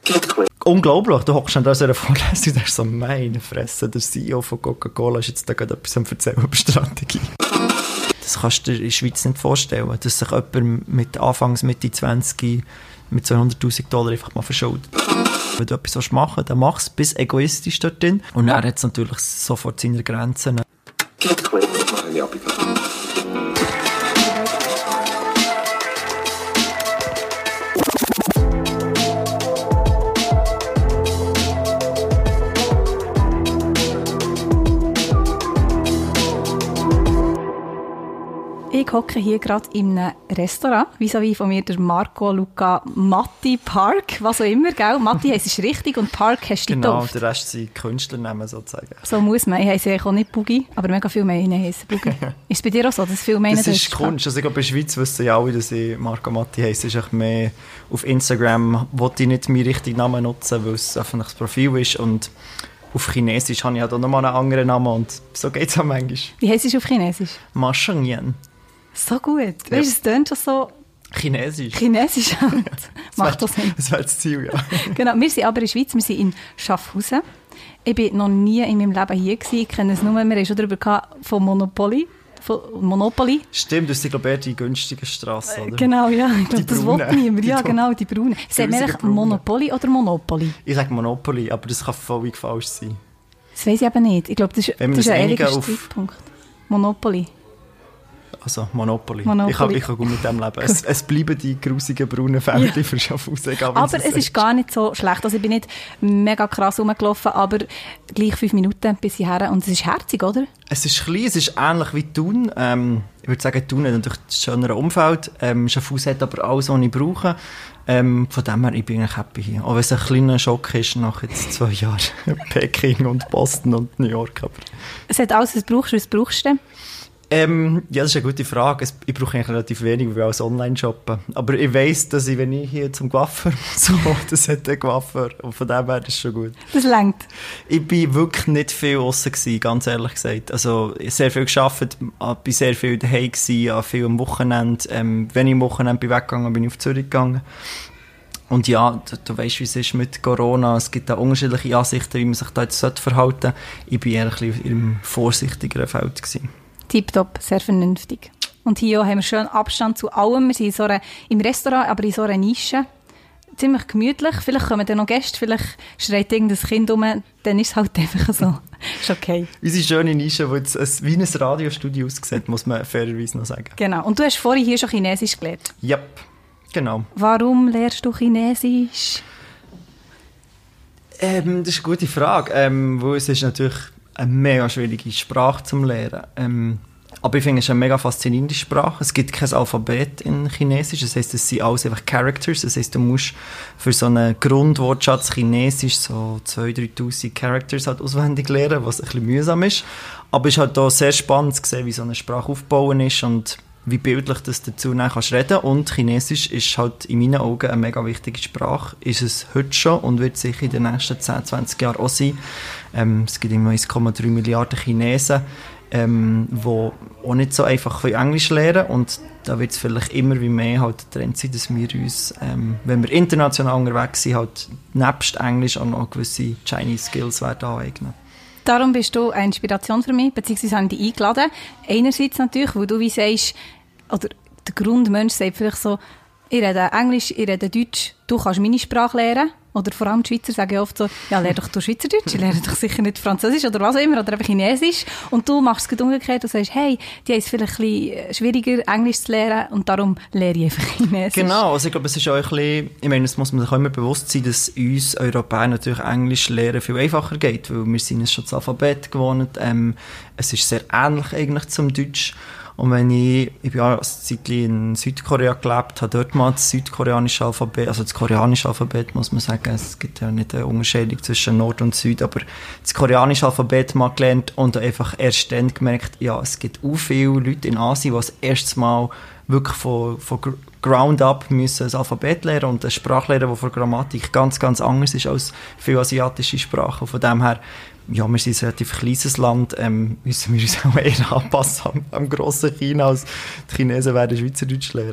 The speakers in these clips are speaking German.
Unglaublich, du hockst dann da so einer Vorlesung und denkst so, meine Fresse, der CEO von Coca-Cola ist jetzt da gerade etwas am Erzählen über Strategie. Das kannst du dir in der Schweiz nicht vorstellen, dass sich jemand mit Anfangs, Mitte 20 mit $200'000 einfach mal verschuldet. Wenn du etwas machen willst, dann mach es, bist egoistisch dort drin. Und er hat es natürlich sofort seine Grenzen. Ich hocke hier gerade in einem Restaurant, vis-à-vis von mir der Marco Luca Matti Park, was auch immer, gell? Matti heisst es richtig und Park hast du Genau, getauft. der Rest sind Künstlernamen sozusagen. So muss man. Ich heisse auch nicht Boogie, aber mega viele meinen heissen Boogie. Ist es bei dir auch so, dass viele meinen, das ist Kunst. Also ich glaube, in der Schweiz wissen ja alle, dass ich Marco Matti heisse. Es ist mehr auf Instagram, wollte ich nicht meinen richtigen Namen nutzen, weil es einfach ein Profil ist. Und auf Chinesisch habe ich halt auch nochmal einen anderen Namen und so geht es auch manchmal. Wie heisst es auf Chinesisch? Ma Shengyan. So gut. Ja. Weißt du, es tönt schon so... Chinesisch. Chinesisch halt. Macht das Sinn. Das wäre das Ziel, ja. Genau, wir sind aber in der Schweiz, wir sind in Schaffhausen. Ich war noch nie in meinem Leben hier gewesen. Ich kenne es nur, wir haben schon darüber gehabt, von Monopoly. Stimmt, das ist, glaube ich, die günstige Straße, oder? Genau, ja. Ich glaube, das wollte niemand. Ja, die genau, die Braune. Sagt man eigentlich Monopoly oder Monopoly? Ich sage Monopoly, aber das kann völlig falsch sein. Das weiss ich eben nicht. Ich glaube, das ist ein ewiger Streitpunkt. Monopoly. Also Monopoly. Monopoly. Ich kann gut mit dem leben. Es bleiben die grusigen braunen Felder für Schaffhausen. Aber es ist gar nicht so schlecht. Also ich bin nicht mega krass rumgelaufen, aber gleich 5 Minuten bis hierher. Und es ist herzig, oder? Es ist klein, es ist ähnlich wie Thun. Ich würde sagen, Thun hat natürlich das schönere Umfeld. Schaffhausen hat aber alles, was ich brauche. Von dem her, ich bin eigentlich happy hier. Auch wenn es ein kleiner Schock ist nach jetzt 2 Jahren Peking und Boston und New York. Aber es hat alles, was brauchst du? Ja, das ist eine gute Frage. Ich brauche eigentlich relativ wenig, weil wir alles online shoppen. Aber ich weiss, dass wenn ich hier zum Coiffeur so, das hat ein Coiffeur. Und von dem her ist es schon gut. Das reicht. Ich war wirklich nicht viel draussen gewesen, ganz ehrlich gesagt. Also, ich habe sehr viel gearbeitet, war sehr viel daheim gewesen, viel am Wochenende. Wenn ich am Wochenende bin weggegangen, bin ich auf Zürich gegangen. Und ja, du weißt, wie es ist mit Corona. Es gibt da unterschiedliche Ansichten, wie man sich da jetzt verhalten sollte. Ich war eher ein bisschen im vorsichtigeren Feld gewesen. Tipptopp, sehr vernünftig. Und hier haben wir schön Abstand zu allem. Wir sind im Restaurant, aber in so einer Nische. Ziemlich gemütlich. Vielleicht kommen dann noch Gäste, vielleicht schreit irgendein Kind um. Dann ist es halt einfach so. Ist okay. Unsere schöne Nische, die jetzt wie ein Radiostudio aussieht, muss man fairerweise noch sagen. Genau. Und du hast vorhin hier schon Chinesisch gelernt. Ja, genau. Warum lernst du Chinesisch? Das ist eine gute Frage. Weil es ist natürlich eine mega schwierige Sprache zum Lernen. Aber ich finde, es ist eine mega faszinierende Sprache. Es gibt kein Alphabet in Chinesisch. Das heisst, es sind alles einfach Characters. Das heisst, du musst für so einen Grundwortschatz Chinesisch so 2'000, 3'000 Characters halt auswendig lernen, was ein bisschen mühsam ist. Aber es ist halt auch sehr spannend zu sehen, wie so eine Sprache aufgebaut ist und wie bildlich das dazu kannst reden. Und Chinesisch ist halt in meinen Augen eine mega wichtige Sprache. Ist es heute schon und wird sicher in den nächsten 10, 20 Jahren auch sein. Es gibt immer 1,3 Milliarden Chinesen, die auch nicht so einfach Englisch lernen können. Und da wird es vielleicht immer wie mehr halt der Trend sein, dass wir uns, wenn wir international unterwegs sind, halt nebst Englisch auch noch gewisse Chinese Skills werden aneignen. Darum bist du eine Inspiration für mich, beziehungsweise habe ich dich eingeladen. Einerseits natürlich, weil du wie sagst, oder der Grundmensch sagt vielleicht so, ich rede Englisch, ich rede Deutsch, du kannst meine Sprache lernen. Oder vor allem die Schweizer sagen ja oft so, ja, lerne doch du Schweizerdeutsch, ich lerne doch sicher nicht Französisch oder was auch immer, oder einfach Chinesisch. Und du machst es umgekehrt und sagst, hey, die haben es vielleicht ein bisschen schwieriger, Englisch zu lernen und darum lerne ich einfach Chinesisch. Genau, also ich glaube, es ist auch ein bisschen, ich meine, es muss man sich auch immer bewusst sein, dass uns Europäern natürlich Englisch lernen viel einfacher geht, weil wir sind schon das Alphabet gewohnt. Es ist sehr ähnlich eigentlich zum Deutsch. Und wenn ich bin ja eine Zeit in Südkorea gelebt, habe dort mal das südkoreanische Alphabet, also das koreanische Alphabet, muss man sagen, es gibt ja nicht eine Unterscheidung zwischen Nord und Süd, aber das koreanische Alphabet mal gelernt und einfach erst dann gemerkt, ja, es gibt auch viele Leute in Asien, die das erste Mal wirklich von Ground up müssen das Alphabet lernen und eine Sprache lernen, die von Grammatik ganz, ganz anders ist als viele asiatische Sprachen. Von dem her, ja, wir sind ein relativ kleines Land, müssen wir uns auch eher anpassen am grossen China, als die Chinesen werden Schweizerdeutsch lernen.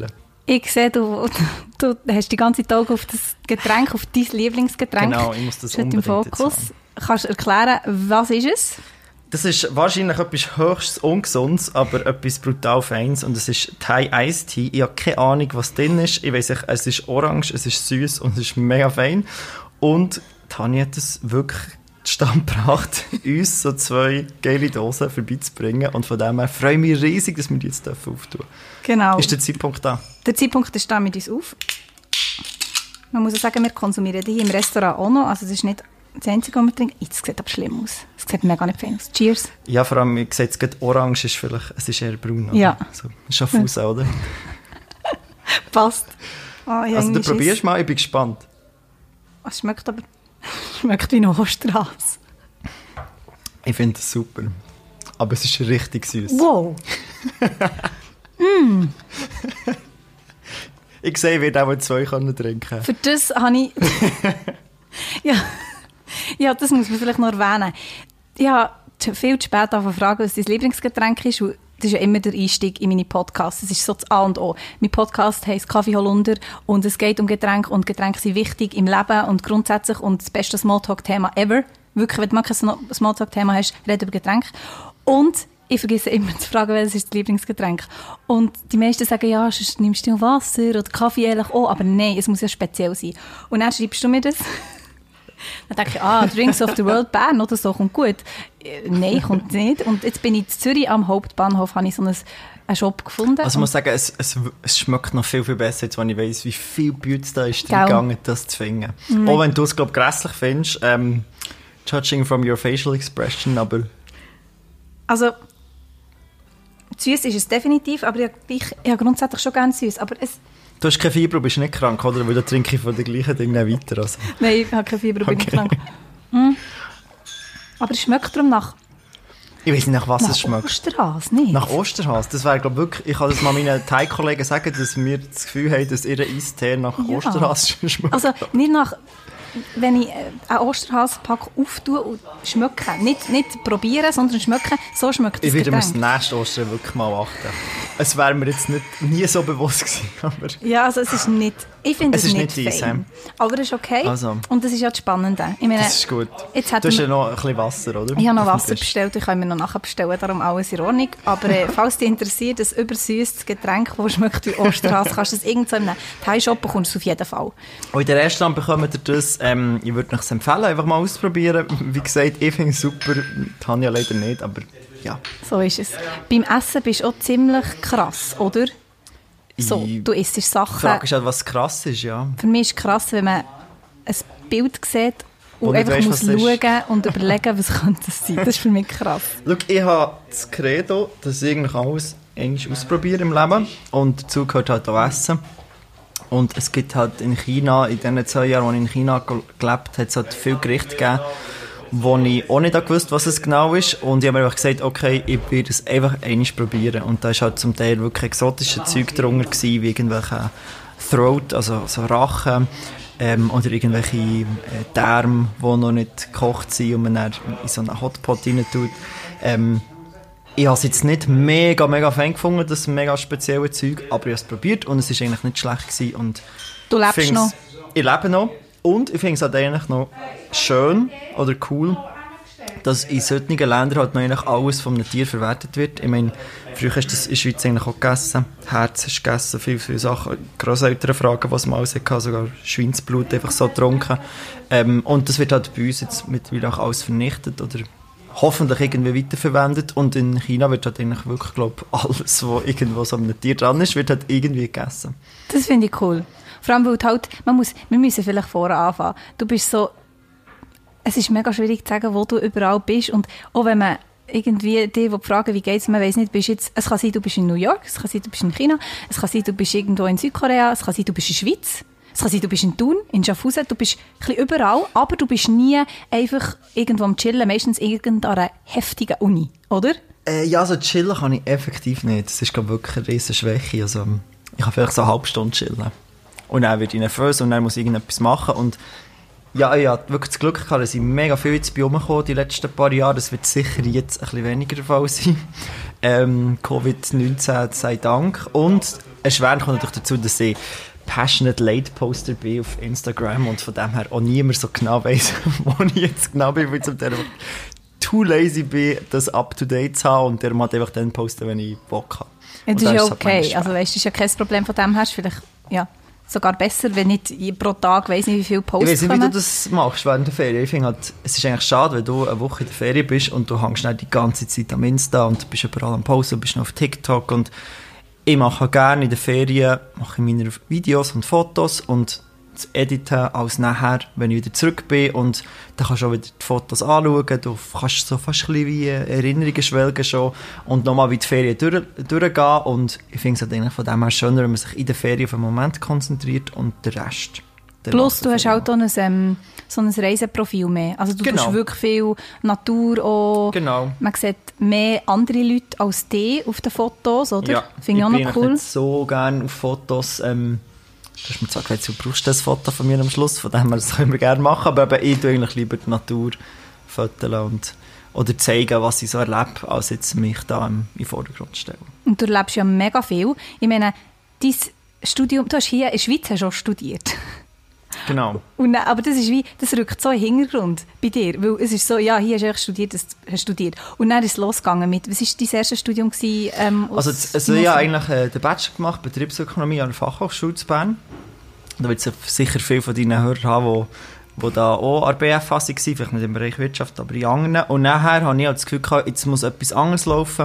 Ich sehe, du hast die ganze Zeit auf das Getränk, auf dein Lieblingsgetränk. Genau, ich muss das im unbedingt Fokus. Kannst du erklären, was ist es? Das ist wahrscheinlich etwas höchst Ungesundes, aber etwas brutal Feines. Und es ist Thai Iced Tea. Ich habe keine Ahnung, was drin ist. Ich weiss nicht, es ist orange, es ist süß und es ist mega fein. Und Tanja hat es wirklich zustande gebracht, uns so 2 geile Dosen vorbeizubringen. Und von dem her freue ich mich riesig, dass wir die jetzt auftun dürfen. Genau. Ist der Zeitpunkt da? Der Zeitpunkt ist da mit uns auf. Man muss auch sagen, wir konsumieren die hier im Restaurant auch noch. Also es ist nicht das Einzige, was wir trinken. Es sieht aber schlimm aus. Es sieht mega nicht fein aus. Cheers. Ja, vor allem, ich sehe jetzt gerade orange, ist vielleicht, es ist eher braun. Oder? Ja. So, Schaffhausen, oder? Passt. Oh, Also du probierst mal, ich bin gespannt. Es schmeckt aber schmeckt wie eine Osterhase. Ich finde das super. Aber es ist richtig süß. Wow. Ich sehe, ich werde auch 2 trinken. Für das habe ich... ja, das muss man vielleicht noch erwähnen. Ich habe viel zu spät fragen, was dein Lieblingsgetränk ist. Das ist ja immer der Einstieg in meine Podcasts. Das ist so das A und O. Mein Podcast heisst Kaffee Holunder und es geht um Getränke und Getränke sind wichtig im Leben und grundsätzlich und das beste Smalltalk-Thema ever. Wirklich, wenn du mal kein Smalltalk-Thema hast, rede über Getränke. Und ich vergesse immer zu fragen, welches ist das Lieblingsgetränk. Und die meisten sagen, ja, sonst nimmst du Wasser oder Kaffee ehrlich auch, aber nein, es muss ja speziell sein. Und dann schreibst du mir das. Dann denke ich, Drinks of the World Bern oder so, kommt gut. Nein, kommt nicht. Und jetzt bin ich in Zürich am Hauptbahnhof, habe ich so einen Shop gefunden. Also ich muss sagen, es schmeckt noch viel, viel besser, jetzt, wenn ich weiss, wie viel Bütze da ist gegangen, das zu finden. Mhm. Auch wenn du es, glaube ich, grässlich findest, judging from your facial expression, aber... Also, süß ist es definitiv, aber ich habe grundsätzlich schon gerne süß, aber es... Du hast keine Fieber, bist nicht krank, oder? Weil da trinke ich von den gleichen Dingen weiter. Also. Nein, ich habe keine Fieber, bin nicht krank. Aber es schmeckt darum nach... Ich weiß nicht, nach was es schmeckt. Nach Osterhase, nicht? Nach Osterhase. Das wäre, glaube ich, wirklich... Ich kann das mal meinen Thai-Kollegen sagen, dass wir das Gefühl haben, dass ihr Eistee nach Osterhase schmeckt. Also nicht nach... Wenn ich einen Osterhasenpack auftue und schmecke, nicht probieren, sondern schmecken, so schmeckt das Ich werde mir Getränk. das nächste Ostern wirklich mal achten. Es wäre mir jetzt nie so bewusst gewesen. Aber ja, also es ist nicht... Ich finde es nicht dies, fein. Aber es ist okay. Also. Und das ist ja das Spannende. Ich meine, das ist gut. Jetzt du hast ja noch ein bisschen Wasser, oder? Ich habe noch Wasser bestellt, ich kann mir noch nachher bestellen, darum alles in Ordnung. Aber falls dich interessiert, ein übersüßes Getränk, das schmeckt wie Osterhase, kannst du das irgendwo in einem Thai-Shop bekommst du auf jeden Fall. Und in der Restaurant bekommt ihr das, ich würde euch empfehlen, einfach mal auszuprobieren. Wie gesagt, ich finde es super, Tanja leider nicht, aber ja. So ist es. Beim Essen bist du auch ziemlich krass, oder? So, du isst Sachen... Die Frage ist halt, was krass ist, ja. Für mich ist es krass, wenn man ein Bild sieht und einfach weißt, muss schauen und überlegen, was könnte das sein. Das ist für mich krass. Schau, ich habe das Credo, dass ich eigentlich alles ausprobiere im Leben. Und dazu gehört halt auch Essen. Und es gibt halt in China, in den 2 Jahren, als ich in China gelebt habe, hat es halt viele Gerichte gegeben, wo ich auch nicht gewusst, was es genau ist. Und ich habe mir einfach gesagt, okay, ich werde es einfach einmal probieren. Und da war halt zum Teil wirklich exotische Zeug drunter gewesen, wie irgendwelche Throat, also so Rachen, oder irgendwelche Därme, die noch nicht gekocht sind und man dann in so einen Hotpot rein tut. Ich habe es jetzt nicht mega fein gefunden, das mega spezielle Zeug, aber ich habe es probiert und es war eigentlich nicht schlecht gewesen. Und du lebst noch? Ich lebe noch. Und ich finde es halt eigentlich noch schön oder cool, dass in solchen Ländern halt noch eigentlich alles von einem Tier verwertet wird. Ich meine, früher hast du das in der Schweiz eigentlich auch gegessen. Herz hast du gegessen, viele Sachen. Grosseltern fragen, was man alles hatte, sogar Schweinsblut einfach so getrunken. Und das wird halt bei uns jetzt mittlerweile auch alles vernichtet oder hoffentlich irgendwie weiterverwendet. Und in China wird halt eigentlich wirklich, glaube ich, alles, was irgendwo so einem Tier dran ist, wird halt irgendwie gegessen. Das finde ich cool. Vor allem, weil halt, wir müssen vielleicht vorne anfangen. Du bist so, es ist mega schwierig zu sagen, wo du überall bist. Und auch wenn man irgendwie die fragen, wie geht's, man weiss nicht, bist jetzt, es kann sein, du bist in New York, es kann sein, du bist in China, es kann sein, du bist irgendwo in Südkorea, es kann sein, du bist in der Schweiz, es kann sein, du bist in Thun, in Schaffhausen, du bist ein bisschen überall, aber du bist nie einfach irgendwo am Chillen, meistens irgendeiner heftigen Uni, oder? Ja, also chillen kann ich effektiv nicht. Das ist, glaube ich, wirklich eine riesen Schwäche. Also, ich kann vielleicht so eine halbe Stunde chillen. Und dann werde ich nervös und dann muss ich irgendetwas machen. Und ja, ich hatte wirklich das Glück gehabt, dass ich mega viel jetzt bei rumgekommen die letzten paar Jahre. Das wird sicher jetzt ein bisschen weniger der Fall sein. Covid-19 sei Dank. Und erschwerend kommt natürlich dazu, dass ich Passionate Late Poster bin auf Instagram und von dem her auch niemand so genau weiss, wo ich jetzt genau bin, weil ich zum Teil too lazy bin, das up-to-date zu haben und der muss einfach dann posten, wenn ich Bock habe. Ja, das ist ja okay. Also weißt, das ist ja kein Problem von dem her. Vielleicht sogar besser, wenn nicht pro Tag weiss nicht, wie viele Posts kommen. Ich weiss nicht, wie du das machst während der Ferien. Ich finde halt, es ist eigentlich schade, wenn du eine Woche in der Ferien bist und du hängst nicht die ganze Zeit am Insta und bist überall am Posten, bist noch auf TikTok und ich mache gerne in der Ferien meine Videos und Fotos und das Editen als nachher, wenn ich wieder zurück bin und dann kannst du auch wieder die Fotos anschauen, du kannst so fast ein bisschen wie Erinnerungen schwelgen schon und nochmal wie die Ferien durchgehen und ich finde es halt eigentlich von dem her schöner, wenn man sich in der Ferien auf einen Moment konzentriert und den Rest. Plus du hast auch so ein Reiseprofil mehr, also du tust wirklich viel Natur auch, man sieht mehr andere Leute als dich auf den Fotos, oder? Ja, finde ich auch noch cool. Ich bin so gerne auf Fotos, du hast mir zwar gesagt, du brauchst das Foto von mir am Schluss, von dem her, das können wir gerne machen, aber ich tue eigentlich lieber die Natur fotografieren oder zeigen, was ich so erlebe, als jetzt mich da in den Vordergrund stellen. Und du erlebst ja mega viel. Ich meine, dein Studium, du hast hier in der Schweiz schon studiert. Genau. Aber das rückt so in den Hintergrund bei dir, weil es ist so, ja, hier hast du studiert, hast studiert. Und dann ist es losgegangen mit, was war dein erstes Studium gewesen? Also ich habe eigentlich den Bachelor gemacht, Betriebsökonomie an der Fachhochschule zu Bern. Da wird es sicher viele von deinen Hörern haben, die da auch an der BFH waren, vielleicht nicht im Bereich Wirtschaft, aber in anderen. Und nachher habe ich das Gefühl gehabt, jetzt muss etwas anderes laufen.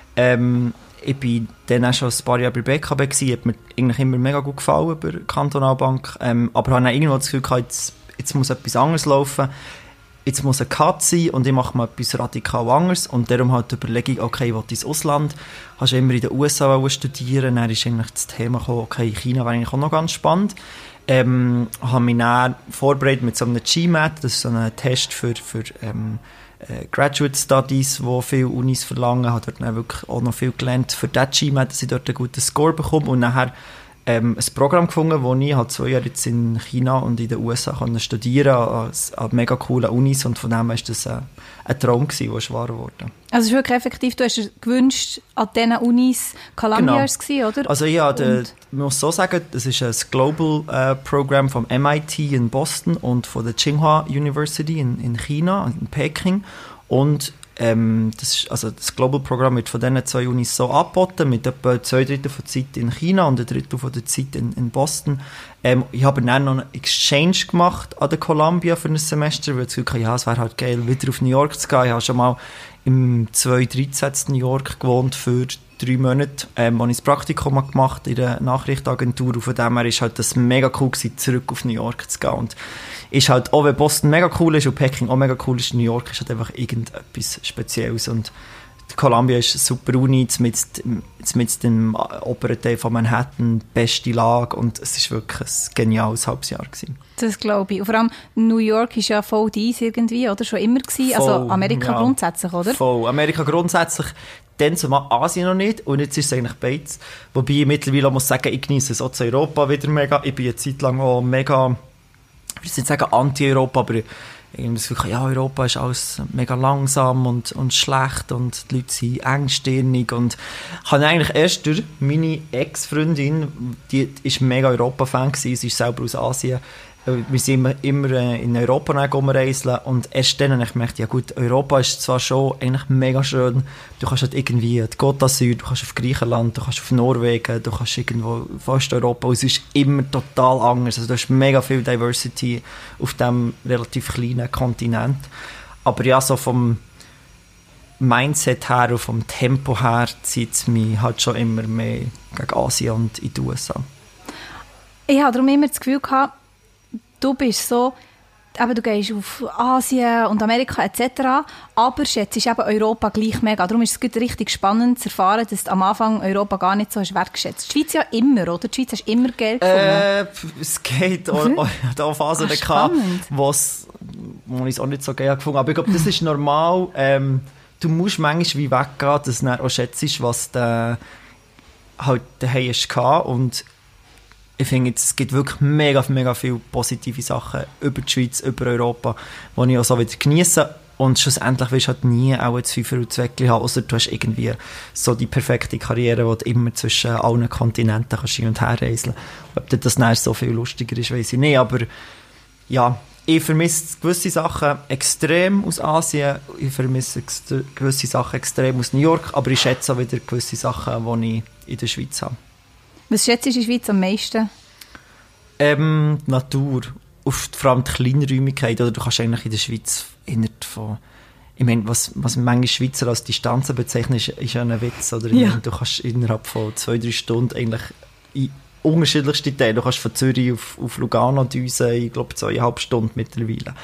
Ich war dann auch schon ein paar Jahre bei der BKB, hat mir eigentlich immer mega gut gefallen bei der Kantonalbank, aber ich habe dann irgendwo das Gefühl gehabt, jetzt muss etwas anderes laufen, jetzt muss ein Cut sein und ich mache mal etwas radikal anderes und darum halt die Überlegung, okay, ich will ins Ausland, hast du immer in den USA studieren, dann ist eigentlich das Thema gekommen, okay, China wäre eigentlich auch noch ganz spannend. Habe mich dann vorbereitet mit so einem GMAT, das ist so ein Test für Graduate Studies, wo viele Unis verlangen, habe dort dann wirklich auch noch viel gelernt für das GMAT, dass ich dort einen guten Score bekomme und nachher ein Programm gefunden, wo ich halt 2 Jahre jetzt in China und in den USA studieren konnte, an mega coolen Unis und von dem war das ein Traum gewesen, der wahr wurde. Also es ist wirklich effektiv, du hast dir gewünscht, an diesen Unis Columbia gewesen, oder? Also ja, ich muss so sagen, das ist ein Global Programm vom MIT in Boston und von der Tsinghua University in China, in Peking und das Global Programm wird von diesen 2 Unis so angeboten, mit etwa 2/3 der Zeit in China und 1/3 von der Zeit in Boston. Ich habe dann noch einen Exchange gemacht an der Columbia für ein Semester, weil ich das Gefühl hatte, es wäre halt geil, wieder auf New York zu gehen. Ich habe schon mal im 2013 in New York gewohnt für 3 Monate, wo ich das Praktikum gemacht habe in der Nachrichtenagentur. Und von dem her war halt das mega cool gewesen, zurück auf New York zu gehen. Und ist halt, auch wenn Boston mega cool ist und Peking auch mega cool ist, New York ist halt einfach irgendetwas Spezielles. Und Columbia ist eine super Uni, mit dem oberen Teil von Manhattan, beste Lage und es war wirklich ein geniales Halbjahr gewesen. Das glaube ich. Und vor allem New York ist ja voll dies irgendwie, oder? Schon immer gewesen. Voll, also Amerika grundsätzlich, oder? Voll. Amerika grundsätzlich, dann zumal Asien noch nicht und jetzt ist es eigentlich beides. Wobei ich mittlerweile auch muss sagen, ich genieße es auch zu Europa wieder mega. Ich bin eine Zeit lang auch mega, ich will nicht sagen anti-Europa, aber ich habe das Gefühl, ja, Europa ist alles mega langsam und schlecht und die Leute sind engstirnig und ich habe eigentlich erst durch meine Ex-Freundin, die ist mega Europa-Fan gewesen, sie ist selber aus Asien, wir sind immer in Europa rumreisen und erst dann habe ich gemerkt, ja gut, Europa ist zwar schon eigentlich mega schön, du kannst halt irgendwie die Côte d'Azur, du kannst auf Griechenland, du kannst auf Norwegen, du kannst irgendwo fast Europa und es ist immer total anders, also du hast mega viel Diversity auf diesem relativ kleinen Kontinent, aber ja, so vom Mindset her und vom Tempo her zieht es mich halt schon immer mehr gegen Asien und in die USA. Ich habe darum immer das Gefühl gehabt, du bist so, eben, du gehst auf Asien und Amerika etc., aber schätzt eben Europa gleich mega. Darum ist es richtig spannend zu erfahren, dass du am Anfang Europa gar nicht so hast wertgeschätzt. Die Schweiz ja immer, oder? Die Schweiz hast immer Geld gefunden. Es geht auch Phasen gehabt, wo ich es auch nicht so geil gefunden habe. Aber ich glaube, das ist normal. Du musst manchmal wie weggehen, dass du dann auch schätzt, was du halt daheim hast und ich finde, es gibt wirklich mega viele positive Sachen über die Schweiz, über Europa, die ich auch so wieder genieße. Und schlussendlich willst du halt nie auch ein Pfeifer und Zweckli haben, außer du hast irgendwie so die perfekte Karriere, wo du immer zwischen allen Kontinenten kannst hin und her reisen. Ob das dann so viel lustiger ist, weiss ich nicht. Aber ja, ich vermisse gewisse Sachen extrem aus Asien, ich vermisse gewisse Sachen extrem aus New York, aber ich schätze auch wieder gewisse Sachen, die ich in der Schweiz habe. Was schätzt du in der Schweiz am meisten? Die Natur, vor allem die Kleinräumigkeit, oder du kannst eigentlich in der Schweiz innerhalb von, ich meine, was manche Schweizer als Distanzen bezeichnen, ist ja ein Witz, oder? Ja. Meine, du kannst innerhalb von 2-3 Stunden eigentlich in unterschiedlichste Teile, du kannst von Zürich auf Lugano düsen, ich glaube 2,5 Stunden mittlerweile.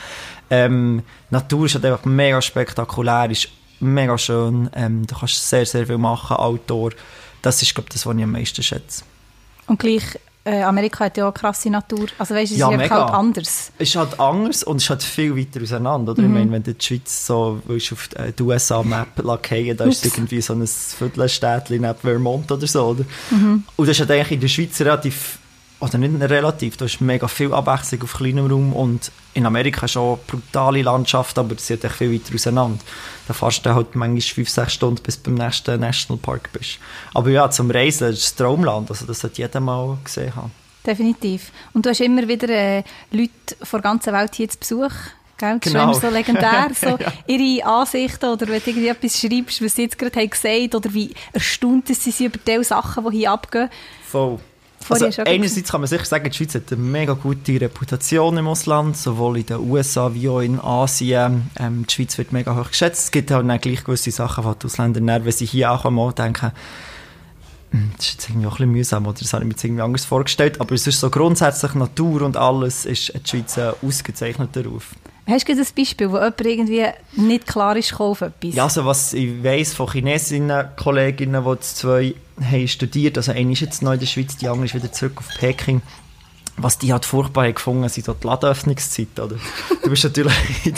Natur ist halt einfach mega spektakulär, ist mega schön, du kannst sehr, sehr viel machen, Outdoor, das ist, glaube ich, das, was ich am meisten schätze. Und gleich, Amerika hat ja auch eine krasse Natur. Also weißt du, es Ja, ist mega. halt anders. Es ist halt anders und es ist halt viel weiter auseinander. Oder? Ich meine, wenn du die Schweiz so willst, auf die USA-Map fallen, da ist es irgendwie so ein Viertelstädtchen neben Vermont oder so. Oder? Und das ist halt eigentlich in der Schweiz relativ, oder nicht relativ, da ist mega viel Abwechslung auf kleinem Raum und in Amerika ist auch eine brutale Landschaft, aber es ist halt viel weiter auseinander. Da fährst du halt manchmal 5-6 Stunden, bis du beim nächsten Nationalpark bist. Aber ja, zum Reisen ist das Traumland, also das sollte jeder mal gesehen haben. Definitiv. Und du hast immer wieder Leute von der ganzen Welt hier zu Besuch. Gell? Das Genau. ist immer so legendär, so Ja. ihre Ansichten oder wenn du irgendwie etwas schreibst, was sie jetzt gerade haben gesagt oder wie erstaunt sie sind über die Sachen, die hier abgehen. Voll. Vorher Also hast du auch einerseits kann man sicher sagen, die Schweiz hat eine mega gute Reputation im Ausland, sowohl in den USA wie auch in Asien. Die Schweiz wird mega hoch geschätzt. Es gibt halt dann gleich gewisse Sachen, die die Ausländer dann, wenn sie hier ankommen, auch denken, das ist jetzt irgendwie auch ein bisschen mühsam, oder das habe ich mir jetzt irgendwie anders vorgestellt. Aber es ist so grundsätzlich Natur und alles, ist die Schweiz ein ausgezeichneter Ruf. Hast du ein Beispiel, wo jemand irgendwie nicht klar ist auf etwas? Ja, also was ich weiss von Chinesinnen, Kolleginnen, die zwei haben studiert, also eine ist jetzt neu in der Schweiz, die andere ist wieder zurück auf Peking. Was die halt furchtbar haben gefunden, sind so die Ladenöffnungszeiten, oder? Du bist natürlich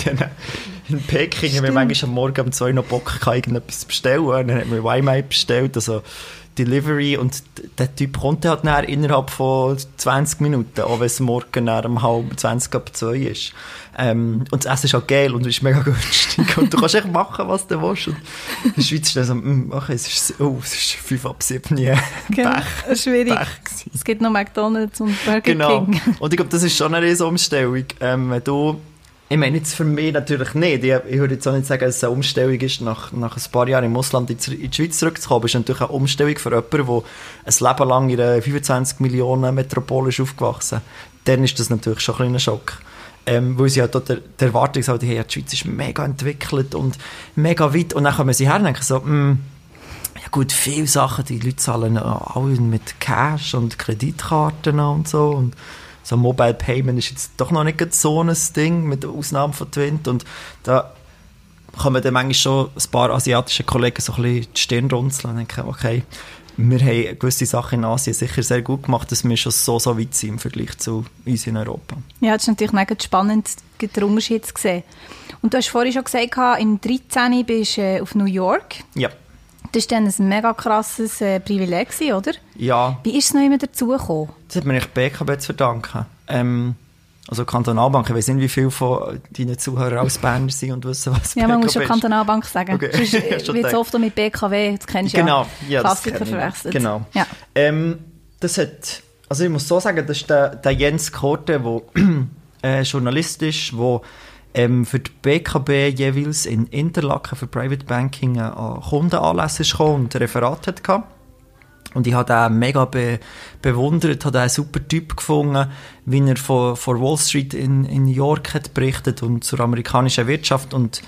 in Peking, wir haben manchmal am Morgen um 2 noch Bock gehabt, irgendetwas zu bestellen, dann hat man Weimai bestellt, also Delivery, und der Typ kommt halt dann innerhalb von 20 Minuten, auch wenn es morgen dann um 1:20 ist. Und das Essen ist halt geil und es ist mega günstig und du kannst echt machen, was du willst. Und in der Schweiz ist dann so, okay, es ist 5:07, Genau, schwierig. Pech. Es gibt noch McDonald's und Burger Genau. King. Und ich glaube, das ist schon eine riesige Umstellung. Wenn du, ich meine jetzt für mich natürlich nicht, ich würde jetzt auch nicht sagen, dass es eine Umstellung ist, nach ein paar Jahren im Ausland in die Schweiz zurückzukommen. Es ist natürlich eine Umstellung für jemanden, der ein Leben lang in einer 25 Millionen Metropole ist aufgewachsen. Dann ist das natürlich schon ein kleiner Schock. Weil sie halt die Erwartungshaltung haben, die Schweiz ist mega entwickelt und mega weit. Und dann kommen sie her und denken so, ja gut, viele Sachen, die Leute zahlen alle mit Cash und Kreditkarten und so. Und so Mobile Payment ist jetzt doch noch nicht so ein Ding, mit der Ausnahme von Twint. Und da kommen dann manchmal schon ein paar asiatische Kollegen so ein bisschen die Stirn runzeln und denken, okay, wir haben gewisse Sachen in Asien sicher sehr gut gemacht, dass wir schon so weit sind im Vergleich zu uns in Europa. Ja, das ist natürlich mega spannend, den Unterschied zu sehen. Und du hast vorhin schon gesagt, im 13. bist du auf New York. Ja. Das war dann ein mega krasses Privileg, oder? Ja. Wie ist es noch immer dazugekommen? Das hat mir eigentlich BKB zu verdanken. Also Kantonalbank, ich weiss nicht, wie viele von deinen Zuhörern aus Berner sind und wissen, was Ja, man BKB muss schon ist. Kantonalbank sagen. Okay. Sonst Schon wird es gedacht. oft auch mit BKW, das kennst du Genau, ja, das Klassiker kenne ich. verwechselt. Genau. Ja. Das hat, also ich muss so sagen, das ist der Jens Korte, der Journalist ist, der für die BKB jeweils in Interlaken für Private Banking an Kundenanlässe ist gekommen und ein Referat hatte. Und ich habe ihn mega bewundert, habe einen super Typ gefunden, wie er von Wall Street in New York hat berichtet und zur amerikanischen Wirtschaft. Und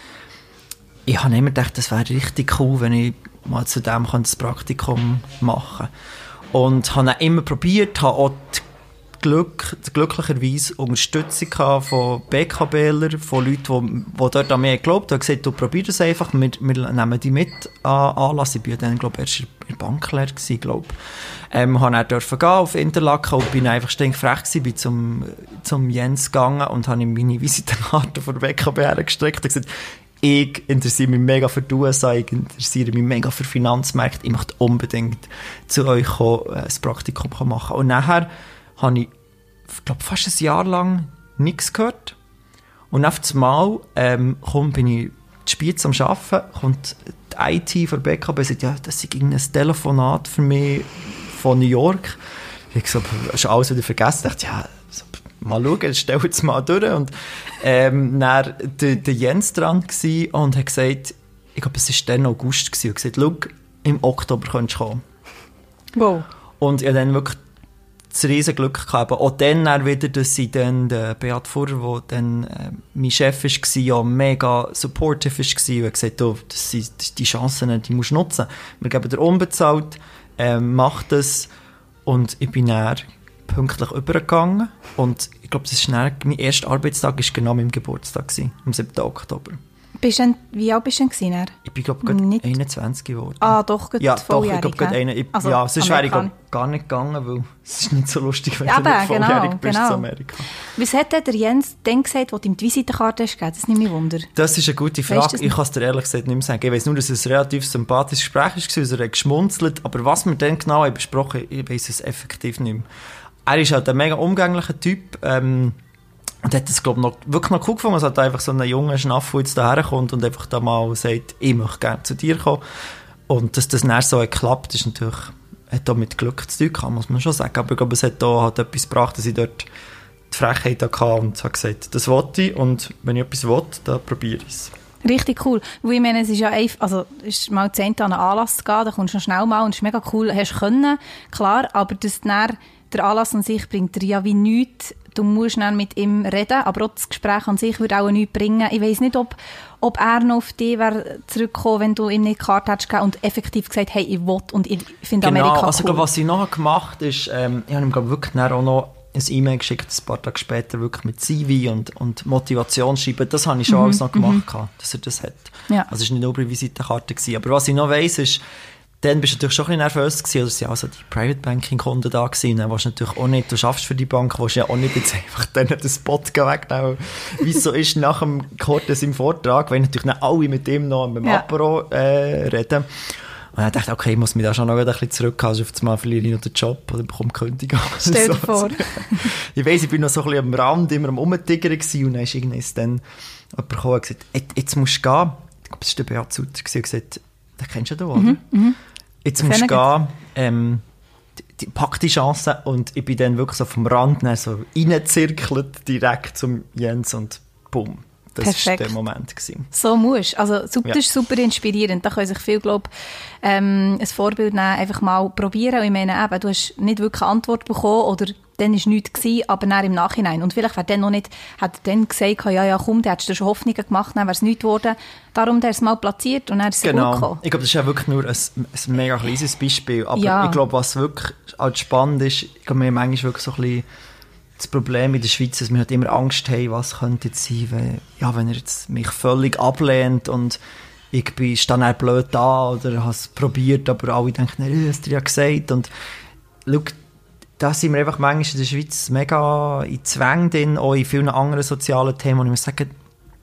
ich habe immer gedacht, das wäre richtig cool, wenn ich mal zu dem das Praktikum machen kann. Und habe ihn immer probiert, habe auch glücklicherweise Unterstützung von BKBler, von Leuten, die dort an mich geglaubt haben, gesagt, du probier das einfach, wir nehmen die mit an Anlass. Ich war dann, glaube ich, erst in der Banklehre gewesen, glaube ich. Habe dann gehen auf Interlaken und bin einfach stinkfrech gewesen, bin zum Jens gegangen und habe ihm meine Visitenkarte von der BKB hergestreckt und gesagt, ich interessiere mich mega für die USA, ich interessiere mich mega für Finanzmärkte, ich möchte unbedingt zu euch kommen, ein Praktikum machen. Und nachher habe ich, glaube fast ein Jahr lang nichts gehört. Und auf einmal bin ich die Spiez am Arbeiten, kommt die IT von der BKB und sagt, ja, das ist ein Telefonat für mich von New York. Ich so, hast du alles wieder vergessen? Ich dachte, ja, so, mal schauen, stell jetzt mal durch. Und dann war der Jens dran und hat gesagt, ich glaube, es war dann August, und gesagt, schau, im Oktober könntest du kommen. Wow. Und ich hatte dann wirklich das riesen Glück gehabt. Auch dann wieder, dass sie dann, der Beat Furrer, der dann mein Chef war, ja mega supportive war und gesagt, oh, das sind die Chancen, die musst du nutzen. Wir geben dir unbezahlt, mach das. Und ich bin dann pünktlich übergegangen. Und ich glaube, mein erster Arbeitstag war genau mein Geburtstag, am 7. Oktober. Wie alt bist du denn dann? Ich bin, glaube ich, gerade 21 geworden. Ah, doch, gut ja, volljährig. Doch, ich glaube, also, ja, sonst wäre ich gar nicht gegangen, weil es ist nicht so lustig, wenn ja, du nicht volljährig bist genau. zu Amerika. Was hat denn der Jens dann gesagt, als du ihm die Visitenkarte hast gegeben? Das nimmt mich Wunder. Das ist eine gute Frage. Ich kann es dir ehrlich gesagt nicht mehr sagen. Ich weiss nur, dass es ein relativ sympathisches Gespräch war, also er hat geschmunzelt, aber was wir dann genau haben besprochen, ich weiss es effektiv nicht mehr. Er ist halt ein mega umgänglicher Typ, und hat das, glaube ich, wirklich noch cool gefunden, dass halt einfach so ein junger Schnaffel jetzt daher kommt und einfach da mal sagt, ich möchte gerne zu dir kommen. Und dass das dann so geklappt ist natürlich, hat auch mit Glück zu tun gehabt, muss man schon sagen. Aber ich glaube, es hat auch halt etwas gebracht, dass ich dort die Frechheit hatte und habe gesagt, das will ich und wenn ich etwas will, dann probiere ich es. Richtig cool. Weil ich meine, es ist ja einfach, also, es ist mal 10 an einen Anlass zu gehen, da kommst du noch schnell mal und es ist mega cool, hast können, klar, aber das dann, der Anlass an sich bringt dir ja wie nichts. Du musst dann mit ihm reden, aber auch das Gespräch an sich würde auch nichts bringen. Ich weiss nicht, ob er noch auf dich zurückgekommen, wenn du ihm nicht die Karte hättest gegeben und effektiv gesagt, hey, ich will und ich finde Amerika cool. Also was ich noch gemacht habe, ist, ich habe ihm wirklich auch noch ein E-Mail geschickt, ein paar Tage später, wirklich mit CV und Motivationsschreiben. Das habe ich schon alles noch gemacht, dass er das hat. Ja. Also es war nicht nur eine Visitenkarte gewesen. Aber was ich noch weiss, ist, dann bist du natürlich schon ein bisschen nervös gewesen, oder es waren also die Private Banking Kunden da gewesen, dann willst du natürlich auch nicht, du schaffst für die Bank, willst ja auch nicht jetzt einfach dann den Spot wegnehmen, wie es so ist nach dem Cortes im Vortrag, wenn natürlich nicht alle mit ihm noch beim Apero reden. Und dann dachte ich, okay, ich muss mich da schon noch ein bisschen zurückhalten, auf einmal verliere ich noch den Job oder bekomme Kündigung. Stell dir vor. Ich weiss, ich bin noch so ein bisschen am Rand, immer am Rumtigern gewesen, und dann ist irgendwann dann jemand gekommen und gesagt, jetzt musst du gehen. Ich glaube, das war der Beat Sutter, und gesagt, den kennst du ja da, oder? Jetzt musst du gehen, pack die Chance, und ich bin dann wirklich so vom Rand so reingezirkelt, direkt zum Jens, und bumm. Das war der Moment gewesen. So musst. Also, das ist super inspirierend. Da können sich viele, glaube ich, ein Vorbild nehmen, einfach mal probieren. Und ich meine eben, du hast nicht wirklich eine Antwort bekommen, oder dann war nichts gewesen, aber dann im Nachhinein. Und vielleicht wäre dann noch nicht, hat er dann gesagt, ja, komm, dann hättest du schon Hoffnungen gemacht, dann wäre es nichts geworden. Darum hat er es mal platziert und dann ist es gut gekommen. Ich glaube, das ist ja wirklich nur ein mega kleines Beispiel. Aber ich glaube, was wirklich halt spannend ist, ich glaube, wir haben manchmal wirklich so ein bisschen das Problem in der Schweiz, dass wir halt immer Angst haben, was könnte jetzt sein, wenn er jetzt mich völlig ablehnt und ich stehe dann blöd da oder habe es probiert, aber alle denken, hast du ja gesagt. Und schau, da sind wir einfach manchmal in der Schweiz mega in Zwängen drin, auch in vielen anderen sozialen Themen, und ich muss sagen,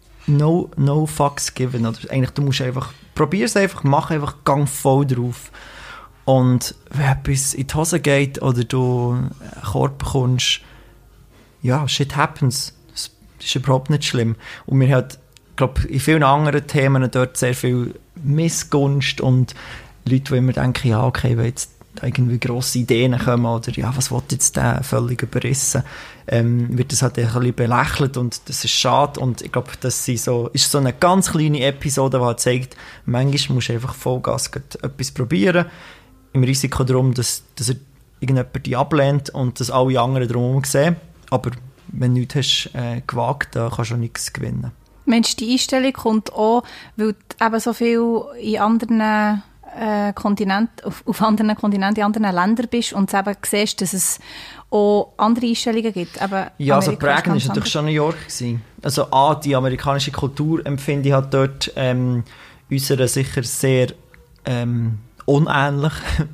no fucks given. Oder eigentlich, du musst einfach, probier es einfach, mach einfach, gang voll drauf. Und wenn etwas in die Hose geht oder du einen Korb bekommst, ja, shit happens. Das ist überhaupt nicht schlimm. Und wir haben, glaube in vielen anderen Themen dort sehr viel Missgunst und Leute, die immer denken, ja, okay, wenn jetzt irgendwie grosse Ideen kommen oder ja, was will jetzt der, völlig überrissen, wird das halt ein bisschen belächelt, und das ist schade. Und ich glaube, das ist so eine ganz kleine Episode, die halt zeigt, manchmal musst du einfach Vollgas etwas probieren, im Risiko darum, dass er irgendjemand die ablehnt und dass alle anderen drumherum sehen. Aber wenn du nichts hast gewagt, dann kannst du auch nichts gewinnen. Mensch, die Einstellung kommt auch, weil du eben so viel in anderen Kontinenten, auf anderen Kontinenten, in anderen Ländern bist und eben siehst, dass es auch andere Einstellungen gibt. Eben ja, also prägend war natürlich schon New York gewesen. Also die amerikanische Kultur empfinde ich halt dort unserer sicher sehr unähnlich,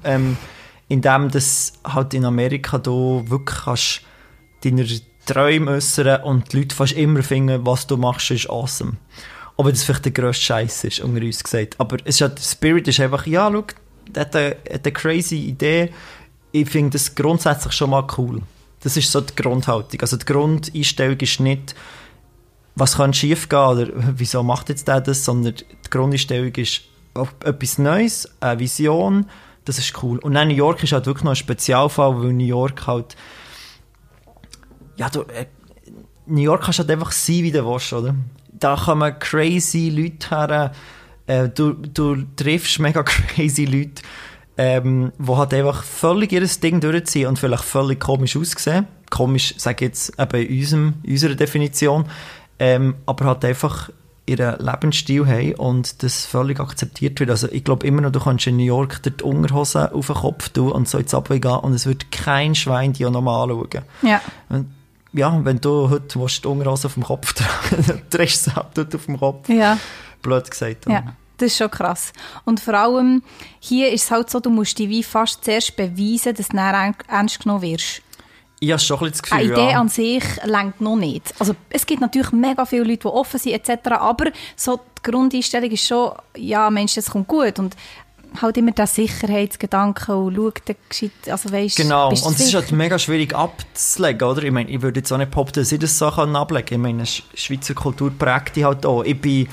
indem das halt in Amerika du wirklich kannst deine Träume äußern und die Leute fast immer finden, was du machst, ist awesome. Aber das vielleicht der grösste Scheiß ist, unter uns gesagt. Aber es ist halt, der Spirit ist einfach, ja, schau, der hat eine crazy Idee. Ich finde das grundsätzlich schon mal cool. Das ist so die Grundhaltung. Also die Grundeinstellung ist nicht, was kann schief gehen oder wieso macht jetzt der das, sondern die Grundeinstellung ist etwas Neues, eine Vision, das ist cool. Und dann New York ist halt wirklich noch ein Spezialfall, weil New York halt, ja, New York kannst halt einfach sein, wie du willst, oder? Da kommen crazy Leute her, du triffst mega crazy Leute, die halt einfach völlig ihr Ding durchziehen und vielleicht völlig komisch aussehen. Komisch, sage ich jetzt eben in unserer Definition, aber halt einfach ihren Lebensstil haben und das völlig akzeptiert wird. Also ich glaube immer noch, du kannst in New York die Unterhosen auf den Kopf tun und so ins Subway gehen und es wird kein Schwein dich nochmal anschauen. Ja. Und ja, wenn du heute die Unterhose auf dem Kopf tragen, dann trägst du es dort auf dem Kopf. Ja. Blöd gesagt. Ja, das ist schon krass. Und vor allem, hier ist es halt so, du musst dich wie fast zuerst beweisen, dass du dann ernst genommen wirst. Ich habe schon ein bisschen das Gefühl, Eine Idee an sich reicht noch nicht. Also es gibt natürlich mega viele Leute, die offen sind etc., aber so die Grundeinstellung ist schon, ja Mensch, das kommt gut und halt immer der Sicherheitsgedanke und schau, also weißt, genau, und es ist sicher? halt mega schwierig abzulegen, oder? Ich meine, ich würde jetzt auch nicht behaupten, dass ich das so ablegen kann. Ich meine, Schweizer Kultur prägt die halt auch. Ich bin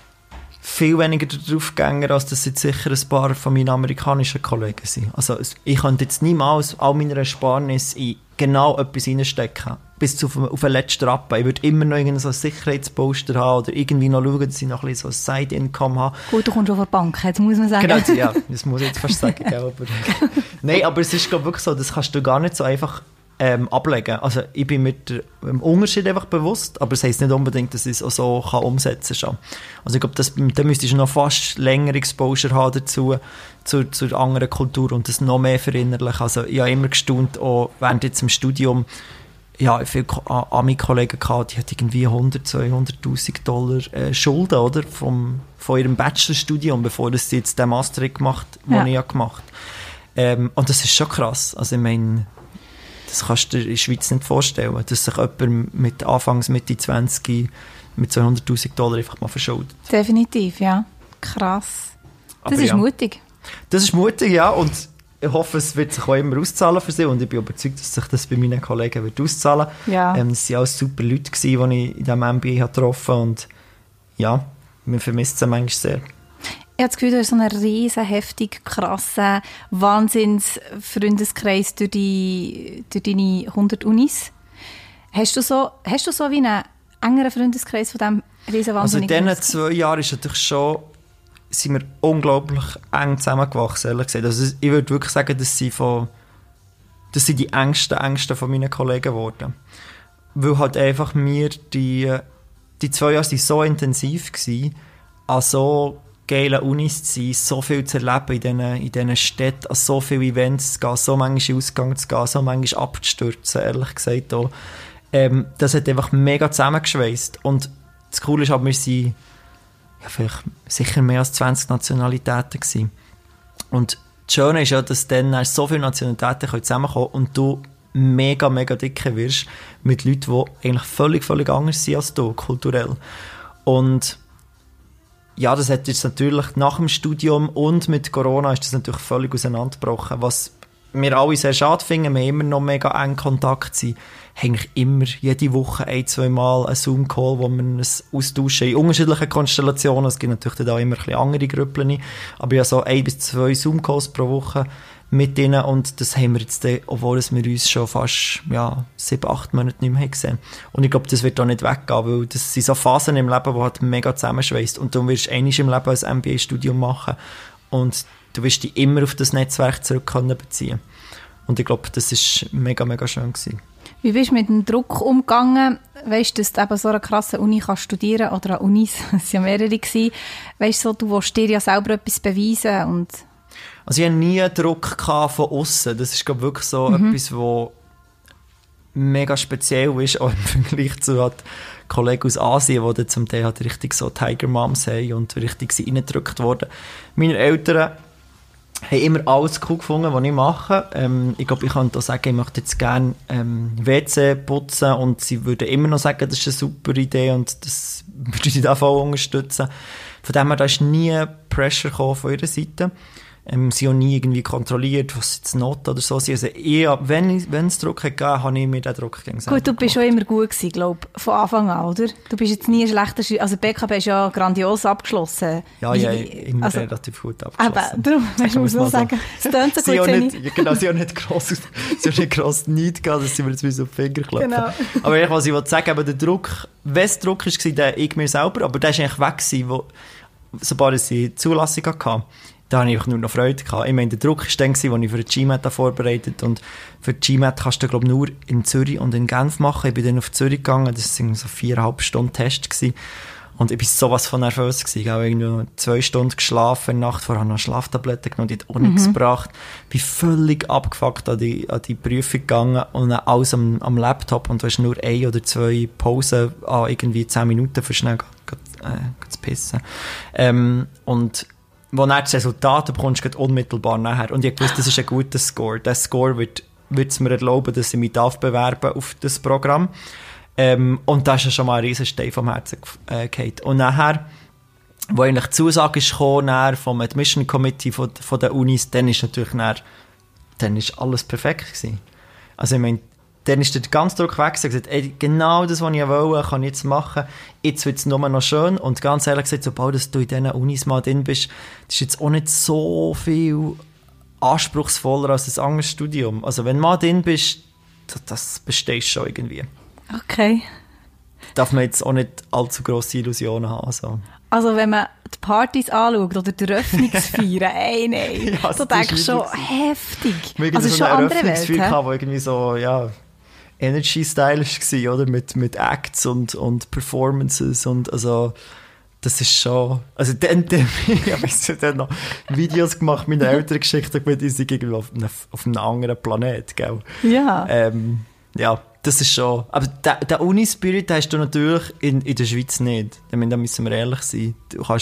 viel weniger draufgänger, als das jetzt sicher ein paar von meinen amerikanischen Kollegen sind. Also ich könnte jetzt niemals all meine Ersparnis in genau etwas reinstecken. Bis auf den letzten Rappen. Ich würde immer noch so ein Sicherheitsposter haben oder irgendwie noch schauen, dass ich noch ein bisschen so ein Side-Income habe. Gut, du kommst schon von der Bank, jetzt muss man sagen. Genau, ja, das muss ich jetzt fast sagen. Gell, aber nein, aber es ist glaube wirklich so, das kannst du gar nicht so einfach ablegen. Also ich bin mit dem Unterschied einfach bewusst, aber es heisst nicht unbedingt, dass ich es auch so kann umsetzen kann. Also ich glaube, da müsstest du noch fast länger Exposure haben dazu, zur anderen Kultur und das noch mehr verinnerlichen. Also ich habe immer gestaunt, auch während jetzt im Studium, ja, viele Ami-Kollegen gehabt, die hatten irgendwie 100.000, $200.000 Schulden, oder? Von ihrem Bachelorstudium, bevor sie jetzt den Master gemacht haben, den ich gemacht habe. Und das ist schon krass. Also ich meine, das kannst du dir in der Schweiz nicht vorstellen, dass sich jemand mit Anfangs Mitte 20 mit $200.000 einfach mal verschuldet. Definitiv, ja. Krass. Das Aber ist ja. mutig. Das ist mutig, ja, und ich hoffe, es wird sich auch immer auszahlen für sie und ich bin überzeugt, dass sich das bei meinen Kollegen wird auszahlen. Ja. Es waren alles super Leute, die ich in diesem MBA getroffen habe und ja, man vermisst sie manchmal sehr. Ich habe das Gefühl, du hast so einen riesen, heftig, krassen Wahnsinns-Freundeskreis durch deine 100 Unis. Hast du so wie einen engeren Freundeskreis von diesem riesen Also in Wahnsinnigen? diesen 2 Jahren ist natürlich schon, sind wir unglaublich eng zusammengewachsen, ehrlich gesagt. Also ich würde wirklich sagen, dass sie die engsten von meinen Kollegen geworden. Weil halt einfach die 2 Jahre waren so intensiv gewesen, an so geile Unis zu sein, so viel zu erleben in diesen Städten, an so viele Events zu gehen, so manchmal in Ausgang zu gehen, so manchmal abzustürzen, ehrlich gesagt auch. Das hat einfach mega zusammengeschweißt. Und das Coole ist, wir waren ja, vielleicht sicher mehr als 20 Nationalitäten gewesen. Und das Schöne ist ja, dass dann so viele Nationalitäten zusammenkommen können und du mega, mega dicke wirst mit Leuten, die eigentlich völlig, völlig anders sind als du, kulturell. Und ja, das hat jetzt natürlich nach dem Studium und mit Corona ist das natürlich völlig auseinandergebrochen. Was wir alle sehr schade finden, wir haben immer noch mega eng Kontakt sind, eigentlich immer jede Woche 1-2 Mal einen Zoom-Call, wo wir uns austauschen in unterschiedlichen Konstellationen. Es gibt natürlich dann auch immer ein bisschen andere Gruppen, aber ja so 1 bis 2 Zoom-Calls pro Woche mit ihnen und das haben wir jetzt, obwohl wir uns schon fast 7-8 Monate nicht mehr gesehen. Und ich glaube, das wird auch nicht weggehen, weil das sind so Phasen im Leben, die halt mega zusammenschweißt und du wirst einmal im Leben ein MBA-Studium machen und du wirst dich immer auf das Netzwerk zurück beziehen. Und ich glaube, das war mega, mega schön gewesen. Wie bist du mit dem Druck umgegangen? Weißt du, dass du eben so eine krasse Uni kannst studieren oder an Unis, es waren ja mehrere gewesen. Weißt du, du willst dir ja selber etwas beweisen und also ich hatte nie Druck von außen. Das ist, glaube ich, wirklich so etwas, was mega speziell ist, auch im Vergleich zu halt Kollegen aus Asien, die zum Teil halt richtig so Tiger Moms haben und richtig reingedrückt wurden. Meine Eltern haben immer alles cool gefunden, was ich mache. Ich glaube, ich könnte auch sagen, ich möchte jetzt gerne WC putzen und sie würden immer noch sagen, das ist eine super Idee und das würde ich da voll unterstützen. Von dem her, da ist nie Pressure gekommen von ihrer Seite. sie auch nie irgendwie kontrolliert, was jetzt Noten oder so sind. Also wenn es Druck hat gegeben, habe ich mir den Druck gegen Gut, du bist schon immer gut gewesen, glaube ich, von Anfang an, oder? Du bist jetzt nie ein schlechter Schüler. Also BKB ist ja grandios abgeschlossen. Ja, immer relativ gut abgeschlossen. Aber darum, ich muss nur sagen, es tönt so gut. Sie haben nicht gross Neid gehabt, dass sie mir jetzt wie so auf die Finger klopfen. Genau. Aber was ich wollte sagen, aber der Druck, wenn es Druck war, der ich mir selber, aber der ist eigentlich weg gewesen, sobald ich die Zulassung hatte. Da hatte ich nur noch Freude gehabt. Ich meine, der Druck war dann, als ich für die GMAT vorbereitet habe. Und für die GMAT kannst du, glaube ich, nur in Zürich und in Genf machen. Ich bin dann auf Zürich gegangen, das war so 4,5 Stunden Test gewesen. Und ich war sowas von nervös gewesen. Ich habe irgendwie 2 Stunden geschlafen in der Nacht vorher, habe noch Schlaftabletten genommen, die hat auch nichts gebracht. Ich bin völlig abgefuckt an die Prüfung gegangen und dann alles am Laptop und du hast nur 1 oder 2 Pausen an irgendwie 10 Minuten für schnell zu pissen. Und wo dann das Resultat bekommst, geht unmittelbar nachher. Und ich wusste, das ist ein guter Score. Der Score wird es mir erlauben, dass ich mich bewerben auf das Programm. Und da ist ja schon mal ein riesen Stein vom Herzen gefallen. Und nachher, wo eigentlich die Zusage ist gekommen, vom Admission Committee von der Unis, dann ist natürlich dann ist alles perfekt gewesen. Also ich meine, dann ist der ganze Druck weg. Sie hat gesagt, ey, genau das, was ich wollte, kann ich jetzt machen. Jetzt wird es nur noch schön. Und ganz ehrlich gesagt, sobald du in diesen Unis mal drin bist, das ist jetzt auch nicht so viel anspruchsvoller als ein anderes Studium. Also wenn du mal drin bist, das bestehst schon irgendwie. Okay. Darf man jetzt auch nicht allzu grosse Illusionen haben. Also wenn man die Partys anschaut oder die Eröffnungsfeiern, ey, nein, ja, da denkst du schon, heftig. Wir hatten so eine Eröffnungsfeier, die irgendwie so, ja, Energy-stylisch war, oder? Mit Acts und Performances und also das ist schon... Also dann habe ich dann noch Videos gemacht, meine Eltern geschickt und die sind irgendwie auf einem anderen Planet, gell? Ja. Ja, das ist schon... Aber der Uni-Spirit hast du natürlich in der Schweiz nicht. Da müssen wir ehrlich sein.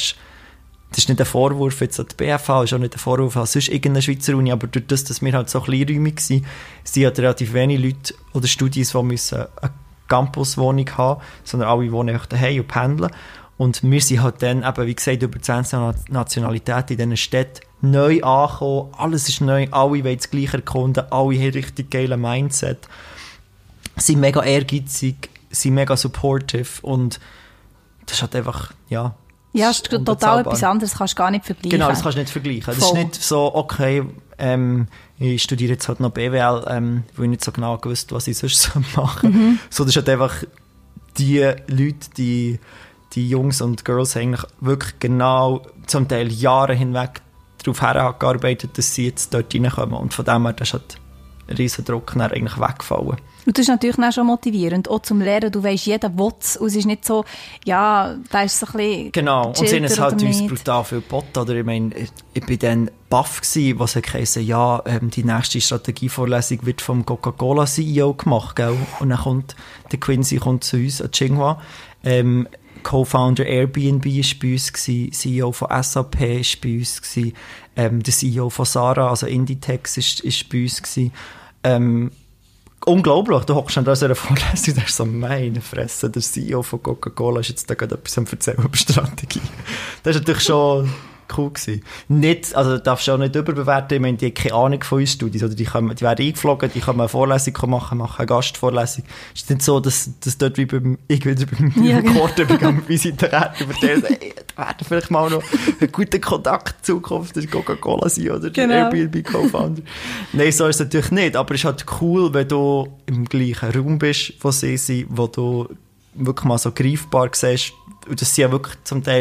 Das ist nicht ein Vorwurf jetzt an die BFH, ist auch nicht ein Vorwurf an sonst irgendeine Schweizer Uni, aber durch das, dass wir halt so kleinräumig waren, sind halt relativ wenig Leute oder Studis, die müssen eine Campuswohnung haben, sondern alle wohnen einfach daheim und pendeln. Und wir sind halt dann, eben, wie gesagt, über 20 Nationalitäten in diesen Städten neu angekommen, alles ist neu, alle wollen das Gleiche erkunden, alle haben richtig geilen Mindset, sind mega ehrgeizig, sind mega supportive und das ist halt einfach, ja... Ja, es ist total etwas anderes, kannst du gar nicht vergleichen. Genau, das kannst du nicht vergleichen. Das ist nicht so, okay, ich studiere jetzt halt noch BWL, weil ich nicht so genau gewusst, was ich sonst machen soll. So, das ist halt einfach die Leute, die Jungs und Girls eigentlich wirklich genau zum Teil Jahre hinweg darauf hergearbeitet, dass sie jetzt dort reinkommen. Und von dem her, das ist halt ein riesen Druck eigentlich weggefallen. Und das ist natürlich auch schon motivierend, auch zum Lernen. Du weisst, jeder will es. Und es ist nicht so, ja, da ist so ein bisschen... Genau, und sie haben es halt uns brutal viel geboten. Oder ich meine, ich war dann baff gewesen, was heisst, ja, die nächste Strategievorlesung wird vom Coca-Cola-CEO gemacht, gell? Und dann kommt der Quincy zu uns, an Tsinghua. Co-Founder Airbnb war bei uns, CEO von SAP war bei uns, der CEO von Sarah, also Inditex, ist bei uns. Unglaublich, du hockst an dieser Vorlesung und denkst so, meine Fresse, der CEO von Coca-Cola ist jetzt da gerade etwas am Erzählen über Strategie. Das war natürlich schon cool gewesen. Nicht, also darfst du auch nicht überbewerten, ich meine, die haben keine Ahnung von uns Studis, oder die werden eingeflogen, die können eine Vorlesung machen eine Gastvorlesung. Es ist nicht so, dass dort wie beim beim Visitariat überteilen, da werden vielleicht mal noch einen guten Kontakt in Zukunft der Coca-Cola sein oder der Airbnb Co-Founder. Nein, so ist es natürlich nicht, aber es ist halt cool, wenn du im gleichen Raum bist, wo sie sind, wo du wirklich mal so greifbar siehst, und das sind ja wirklich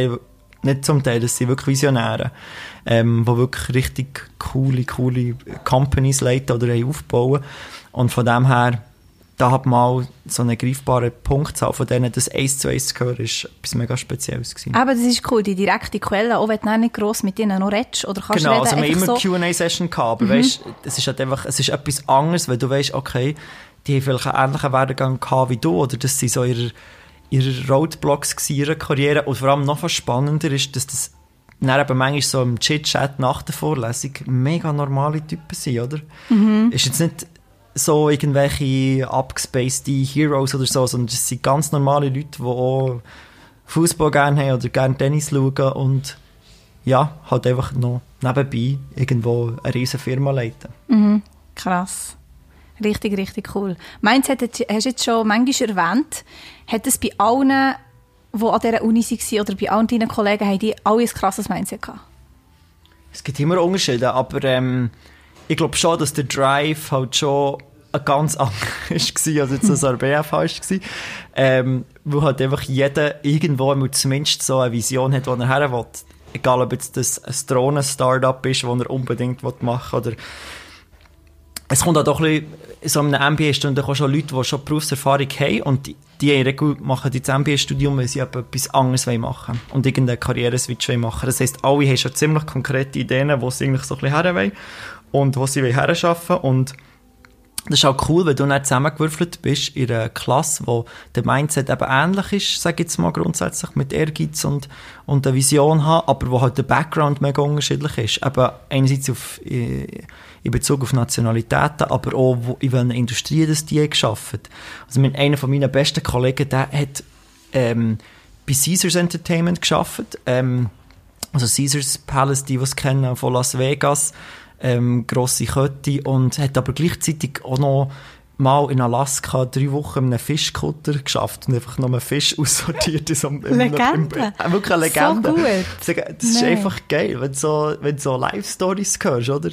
das sind wirklich Visionäre, die wirklich richtig coole Companies leiten oder aufbauen. Und von dem her, da hat mal so eine greifbare Punktzahl von denen, das 1:1 zu hören, ist etwas mega Spezielles gewesen. Aber das ist cool, die direkte Quelle, auch wenn du nicht gross mit ihnen noch redest oder kannst genau, reden. Also wir haben immer so Q&A-Session gehabt, aber weißt, es ist halt einfach, es ist etwas anderes, weil du weißt, okay, die haben vielleicht einen ähnlichen Werdegang gehabt wie du, oder das sind so ihre Roadblocks in ihrer Karriere. Und vor allem noch was spannender ist, dass das dann eben manchmal so im Chit-Chat nach der Vorlesung mega normale Typen sind, oder? Ist jetzt nicht so irgendwelche abgespacede Heroes oder so, sondern das sind ganz normale Leute, die auch Fußball gerne haben oder gerne Tennis schauen und ja, halt einfach noch nebenbei irgendwo eine riesen Firma leiten. Mhm. Krass. Richtig, richtig cool. Mindset hast du jetzt schon manchmal erwähnt. Hat es bei allen, die an dieser Uni waren oder bei allen deinen Kollegen, haben die alle ein krasses Mindset gehabt? Es gibt immer Unterschiede, aber ich glaube schon, dass der Drive halt schon ein ganz anderer war, als jetzt das an der BFH war. Wo halt einfach jeder irgendwo zumindest so eine Vision hat, wo er her will. Egal, ob jetzt das ein Drohnen-Startup ist, das er unbedingt machen will, oder es kommt auch ein bisschen, so in einem MBA-Stunden auch schon Leute, die schon Berufserfahrung haben und die in der Regel machen das MBA-Studium, weil sie etwas anderes machen wollen und irgendeinen Karriereswitch machen. Das heisst, alle haben schon ziemlich konkrete Ideen, wo sie eigentlich so ein bisschen her wollen und wo sie herarbeiten wollen. Und das ist auch cool, wenn du dann zusammengewürfelt bist in einer Klasse, wo der Mindset eben ähnlich ist, sage ich jetzt mal grundsätzlich, mit Ehrgeiz und eine Vision haben, aber wo halt der Background mega unterschiedlich ist. Eben einerseits in Bezug auf Nationalitäten, aber auch in welcher Industrie das die gearbeitet. Also einer von meinen besten Kollegen, der hat bei Caesars Entertainment gearbeitet, also Caesars Palace, die es kennen, von Las Vegas, grosse Kette, und hat aber gleichzeitig auch noch mal in Alaska 3 Wochen in einem Fischkutter geschafft und einfach noch einen Fisch aussortiert. Legende. Wirklich eine Legende. So gut. Das ist einfach geil, wenn du so Live-Stories hörst, oder?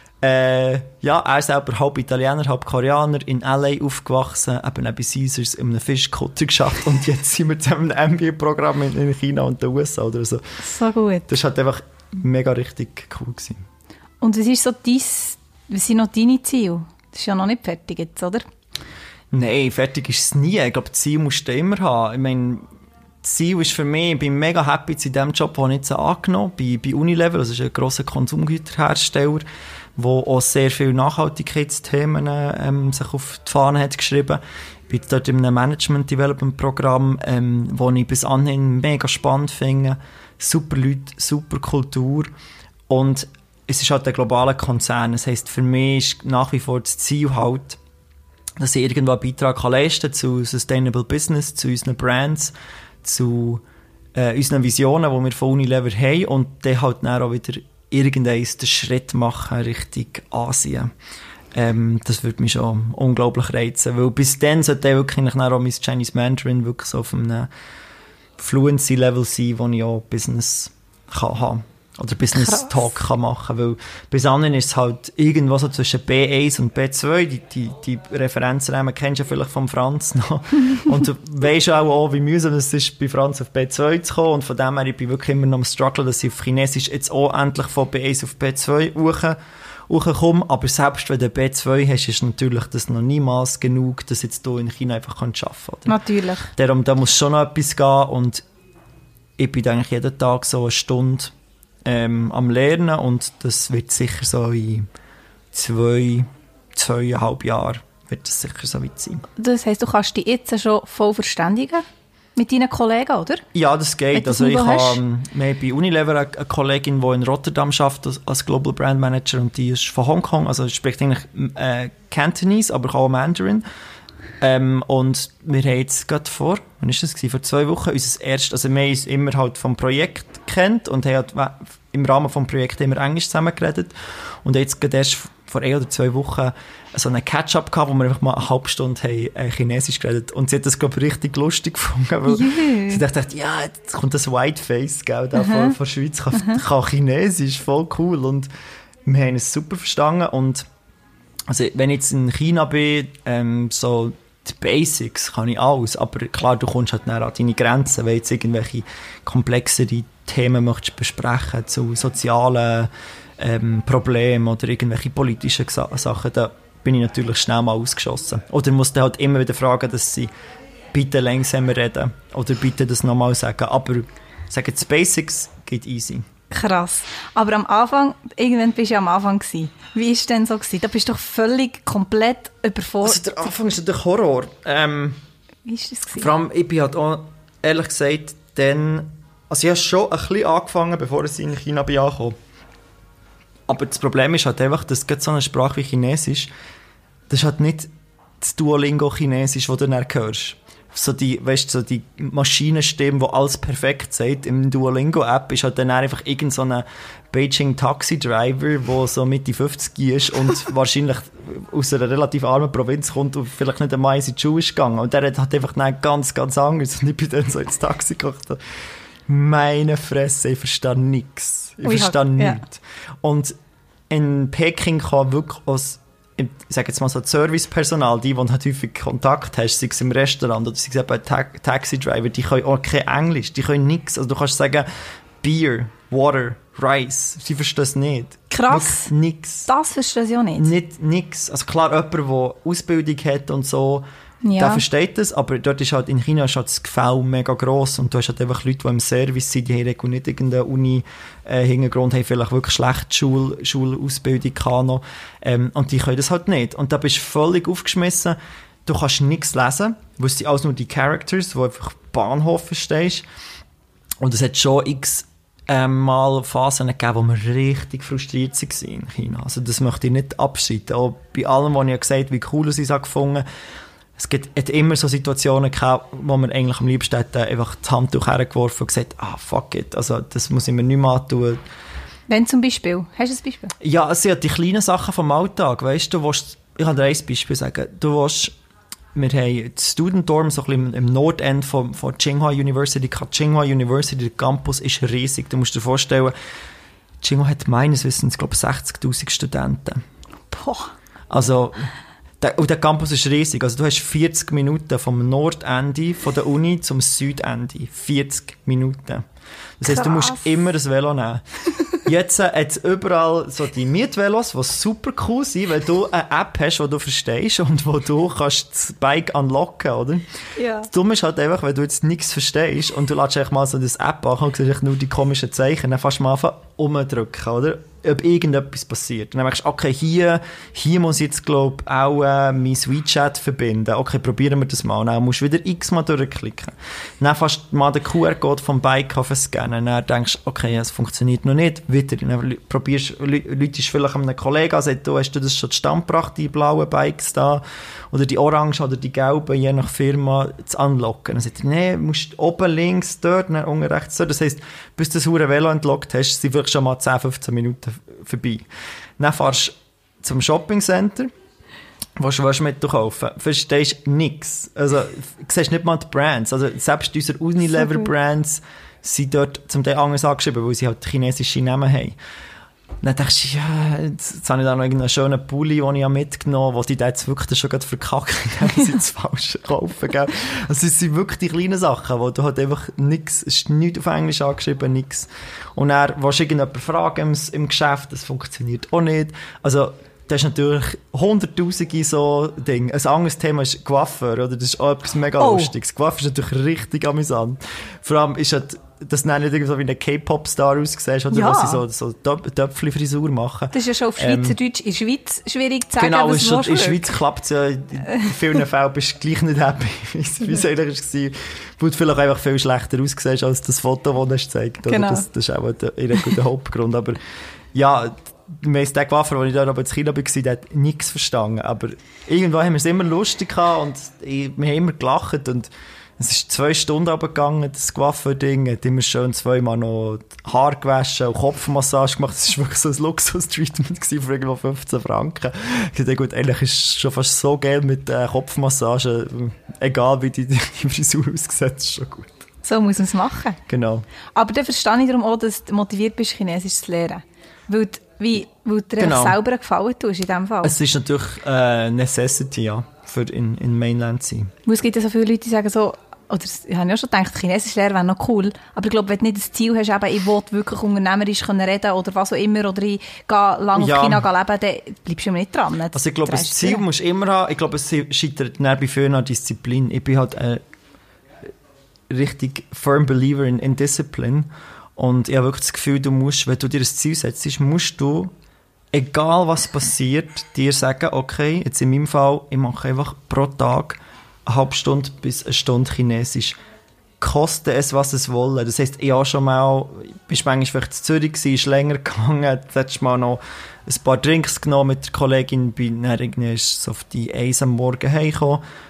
Ja, er selber halb Italiener, halb Koreaner, in L.A. aufgewachsen, eben bei Caesars in einem Fischkutter geschafft und jetzt sind wir zusammen in einem MBA-Programm in China und den USA oder so. So gut. Das war halt einfach mega richtig cool gewesen. Und was sind noch deine Ziele? Das ist ja noch nicht fertig jetzt, oder? Nein, fertig ist es nie. Ich glaube, das Ziel musst du immer haben. Ich meine, das Ziel ist für mich, ich bin mega happy in dem Job, den ich jetzt angenommen habe, bei Unilever. Das ist ein grosser Konsumgüterhersteller, der auch sehr viele Nachhaltigkeitsthemen sich auf die Fahne hat geschrieben. Ich bin dort in einem Management-Development-Programm, das ich bis anhin mega spannend finde. Super Leute, super Kultur. Und es ist halt ein globaler Konzern. Das heisst, für mich ist nach wie vor das Ziel halt, dass ich irgendwo einen Beitrag leisten kann zu Sustainable Business, zu unseren Brands, zu unseren Visionen, die wir von Unilever haben, und dann halt dann auch wieder irgendeinen Schritt machen Richtung Asien. Das würde mich schon unglaublich reizen, weil bis dann sollte wirklich auch mein Chinese Mandarin wirklich so auf einem Fluency-Level sein, wo ich auch Business kann haben. Oder Business Talk kann machen, weil bis anhin ist es halt irgendwo so zwischen B1 und B2, die Referenzrahmen kennst du ja vielleicht von Franz noch. Und du weisst auch, wie mühsam es ist, bei Franz auf B2 zu kommen, und von dem her, ich bin wirklich immer noch am Struggle, dass ich auf Chinesisch jetzt auch endlich von B1 auf B2 hochkomme, aber selbst wenn du B2 hast, ist natürlich das noch niemals genug, dass jetzt du in China einfach arbeiten kannst. Natürlich. Darum, da muss schon noch etwas gehen, und ich bin eigentlich jeden Tag so eine Stunde am Lernen, und das wird sicher so in 2,5 Jahren wird das sicher so weit sein. Das heisst, du kannst dich jetzt schon voll verständigen mit deinen Kollegen, oder? Ja, das geht. Also wir haben bei Unilever eine Kollegin, die in Rotterdam arbeitet als Global Brand Manager, und die ist von Hongkong, also spricht eigentlich Cantonese, aber auch Mandarin. Und wir haben jetzt gerade vor 2 Wochen unser erstes, also wir haben uns immer halt vom Projekt kennt und haben halt im Rahmen des Projekts immer Englisch zusammengeredet, und jetzt gerade erst vor 1 oder 2 Wochen so einen Catch-up gehabt, wo wir einfach mal eine halbe Stunde haben, Chinesisch geredet, und sie hat das, glaube ich, richtig lustig gefunden, weil sie dachte, ja, jetzt kommt das Whiteface, gell, da von der Schweiz kann Chinesisch, voll cool, und wir haben es super verstanden. Und also, wenn ich jetzt in China bin, so die Basics kann ich alles, aber klar, du kommst halt näher an deine Grenzen, wenn jetzt irgendwelche komplexere Themen möchtest besprechen zu sozialen Problemen oder irgendwelche politischen Sachen, da bin ich natürlich schnell mal ausgeschossen. Oder musst du halt immer wieder fragen, dass sie bitte langsamer reden oder bitte das nochmal sagen. Aber sagen, die Basics geht easy. Krass. Aber am Anfang, irgendwann bist du ja am Anfang gewesen. Wie war es denn so gewesen? Da bist du doch völlig komplett überfordert. Also der Anfang ist natürlich Horror. Wie war das gewesen? Vor allem, ich bin halt auch, ehrlich gesagt, dann, also ich habe schon ein bisschen angefangen, bevor ich in China bin angekommen. Aber das Problem ist halt einfach, dass gerade so eine Sprache wie Chinesisch, das ist halt nicht das Duolingo-Chinesisch, das du dann hörst. so die, weißt, so die Maschinenstimme, die alles perfekt sagt. Im Duolingo-App ist halt dann einfach irgend so ein Beijing-Taxi-Driver, der so Mitte 50 ist und wahrscheinlich aus einer relativ armen Provinz kommt und vielleicht nicht einmal in die Schule ist gegangen. Und der hat halt einfach nicht ganz, ganz anders. Und ich bin dann so ins Taxi gekocht. Meine Fresse, ich verstehe nichts. Ich verstehe nichts. Und in Peking kann wirklich ich sage jetzt mal so, Servicepersonal, die halt häufig Kontakt hast, sei es im Restaurant oder sei es bei Taxi-Driver, die können auch kein Englisch, die können nichts. Also du kannst sagen, Beer, Water, Rice, sie verstehen es nicht. Krass. Nichts. Das verstehen sie auch nicht. Nichts. Also klar, jemand, der Ausbildung hat und so, der versteht das, aber dort ist halt, in China ist halt das Gefälle mega gross und du hast halt einfach Leute, die im Service sind, die haben nicht irgendeinen Uni-Hintergrund, haben vielleicht wirklich schlechte Schulausbildung gehabt und die können das halt nicht. Und da bist du völlig aufgeschmissen, du kannst nichts lesen, weil es sind alles nur die Characters, wo einfach Bahnhof verstehst. Und es hat schon mal Phasen gegeben, wo wir richtig frustriert waren in China. Also das möchte ich nicht abschreiten. Auch bei allem, was ich gesagt habe, wie cool ich es gefunden habe, es hat immer so Situationen gehabt, wo man eigentlich am liebsten einfach das Handtuch hergeworfen und gesagt, fuck it, also das muss ich mir nicht mehr antun. Wenn zum Beispiel? Hast du ein Beispiel? Ja, es sind die kleinen Sachen vom Alltag, weißt du, ich kann dir ein Beispiel sagen, wir haben das Student Dorm so ein bisschen im Nordend von Tsinghua University. Tsinghua University, der Campus ist riesig, du musst dir vorstellen, Tsinghua hat meines Wissens, glaube ich, 60'000 Studenten. Boah. Also, der Campus ist riesig. Also du hast 40 Minuten vom Nordende von der Uni zum Südende. 40 Minuten. Das heisst, du musst immer ein Velo nehmen. Jetzt hat es überall so die Mietvelos, die super cool sind, weil du eine App hast, die du verstehst und wo du kannst das Bike unlocken, oder? Ja. Das Dumme ist halt einfach, wenn du jetzt nichts verstehst und du lässt einfach mal so das App an und siehst nur die komischen Zeichen, dann fängst du mal anfangen, umdrücken, oder? Ob irgendetwas passiert. Und dann merkst du, okay, hier muss ich jetzt, glaube ich, auch mein WeChat verbinden. Okay, probieren wir das mal. Dann musst du wieder x-mal durchklicken. Dann fängst du mal den QR-Code vom Bike scannen. Dann denkst du, okay, es funktioniert noch nicht. Wieder. Dann probierst, läutest vielleicht einem Kollegen an, sagst du, hast du das schon zustande gebracht, die blauen Bikes da? Oder die orange oder die gelben, je nach Firma, zu unlocken. Dann sagt er, nee, musst oben links dort, dann unten rechts dort. Das heisst, bis du das hure Velo entlockt hast, sind wirklich schon mal 10, 15 Minuten vorbei. Dann fahrst du zum Shoppingcenter, willst Waschmittel kaufen, verstehst nichts. Also, du siehst nicht mal die Brands. Also, selbst unsere Unilever-Brands sind dort zum Teil anders angeschrieben, weil sie halt chinesische Namen haben. Dann denkst du, ja, jetzt habe ich da noch irgendeinen schönen Pulli, den ich mitgenommen habe, wo die da jetzt wirklich schon verkacken, wenn sie das Falsche kaufen. Gell? Also es sind wirklich die kleinen Sachen, wo du halt einfach nichts, es ist nichts auf Englisch angeschrieben, nichts. Und dann willst du irgendjemanden fragen im Geschäft, das funktioniert auch nicht. Also das ist natürlich hunderttausende so Dinge. Ein anderes Thema ist Coiffeur, oder? Das ist auch etwas mega Lustiges. Coiffeur ist natürlich richtig amüsant. Vor allem ist halt, dass du nicht so wie ein K-Pop-Star aussiehst, oder? Ja. Wo sie so Töpfli-Frisur machen. Das ist ja schon auf Schweizerdeutsch in der Schweiz schwierig zu sagen, genau, was in der Schweiz klappt es ja. In vielen Fällen bist du gleich nicht happy, wie es eigentlich war. Weil du vielleicht einfach viel schlechter aussiehst als das Foto, das du gezeigt hast. Genau. Das ist auch der Hauptgrund. Aber ja, der Coiffeur, als ich da in China war, der hat nichts verstanden. Aber irgendwann haben wir es immer lustig gehabt und wir haben immer gelacht. Und es ist 2 Stunden runtergegangen, das Coiffeur-Ding. Hat immer schön 2-mal noch Haar gewaschen und Kopfmassage gemacht. Das war wirklich so ein Luxus-Treatment für irgendwo 15 Franken. Ich dachte, gut, eigentlich ist es schon fast so geil mit Kopfmassage. Egal, wie die Frisur aussieht, ist schon gut. So muss man es machen. Genau. Aber dann verstehe ich darum auch, dass du motiviert bist, Chinesisch zu lernen. Weil du dir selber einen Gefallen tust in diesem Fall. Es ist natürlich eine Necessity, ja, für in Mainland zu sein. Weil es gibt ja so viele Leute, die sagen so, oder ich habe ja schon gedacht, Chinesisch lernen wäre noch cool, aber ich glaube, wenn du nicht das Ziel hast, eben, ich will wirklich unternehmerisch reden oder was auch immer, oder ich gehe lange auf China leben, dann bleibst du nicht dran. Also ich glaube, das Ziel musst du immer haben. Ich glaube, es scheitert bei vielen an Disziplin. Ich bin halt ein richtig firm Believer in Discipline. Und ich habe wirklich das Gefühl, du musst, wenn du dir ein Ziel setzt, musst du, egal was passiert, dir sagen, okay, jetzt in meinem Fall, ich mache einfach pro Tag eine halbe Stunde bis eine Stunde Chinesisch. Koste es, was es wolle. Das heisst, ich habe schon mal, bist manchmal vielleicht in Zürich gewesen, ist länger gegangen, hättest mal noch ein paar Drinks genommen mit der Kollegin, bin dann irgendwie so auf die 1 am Morgen heimgekommen.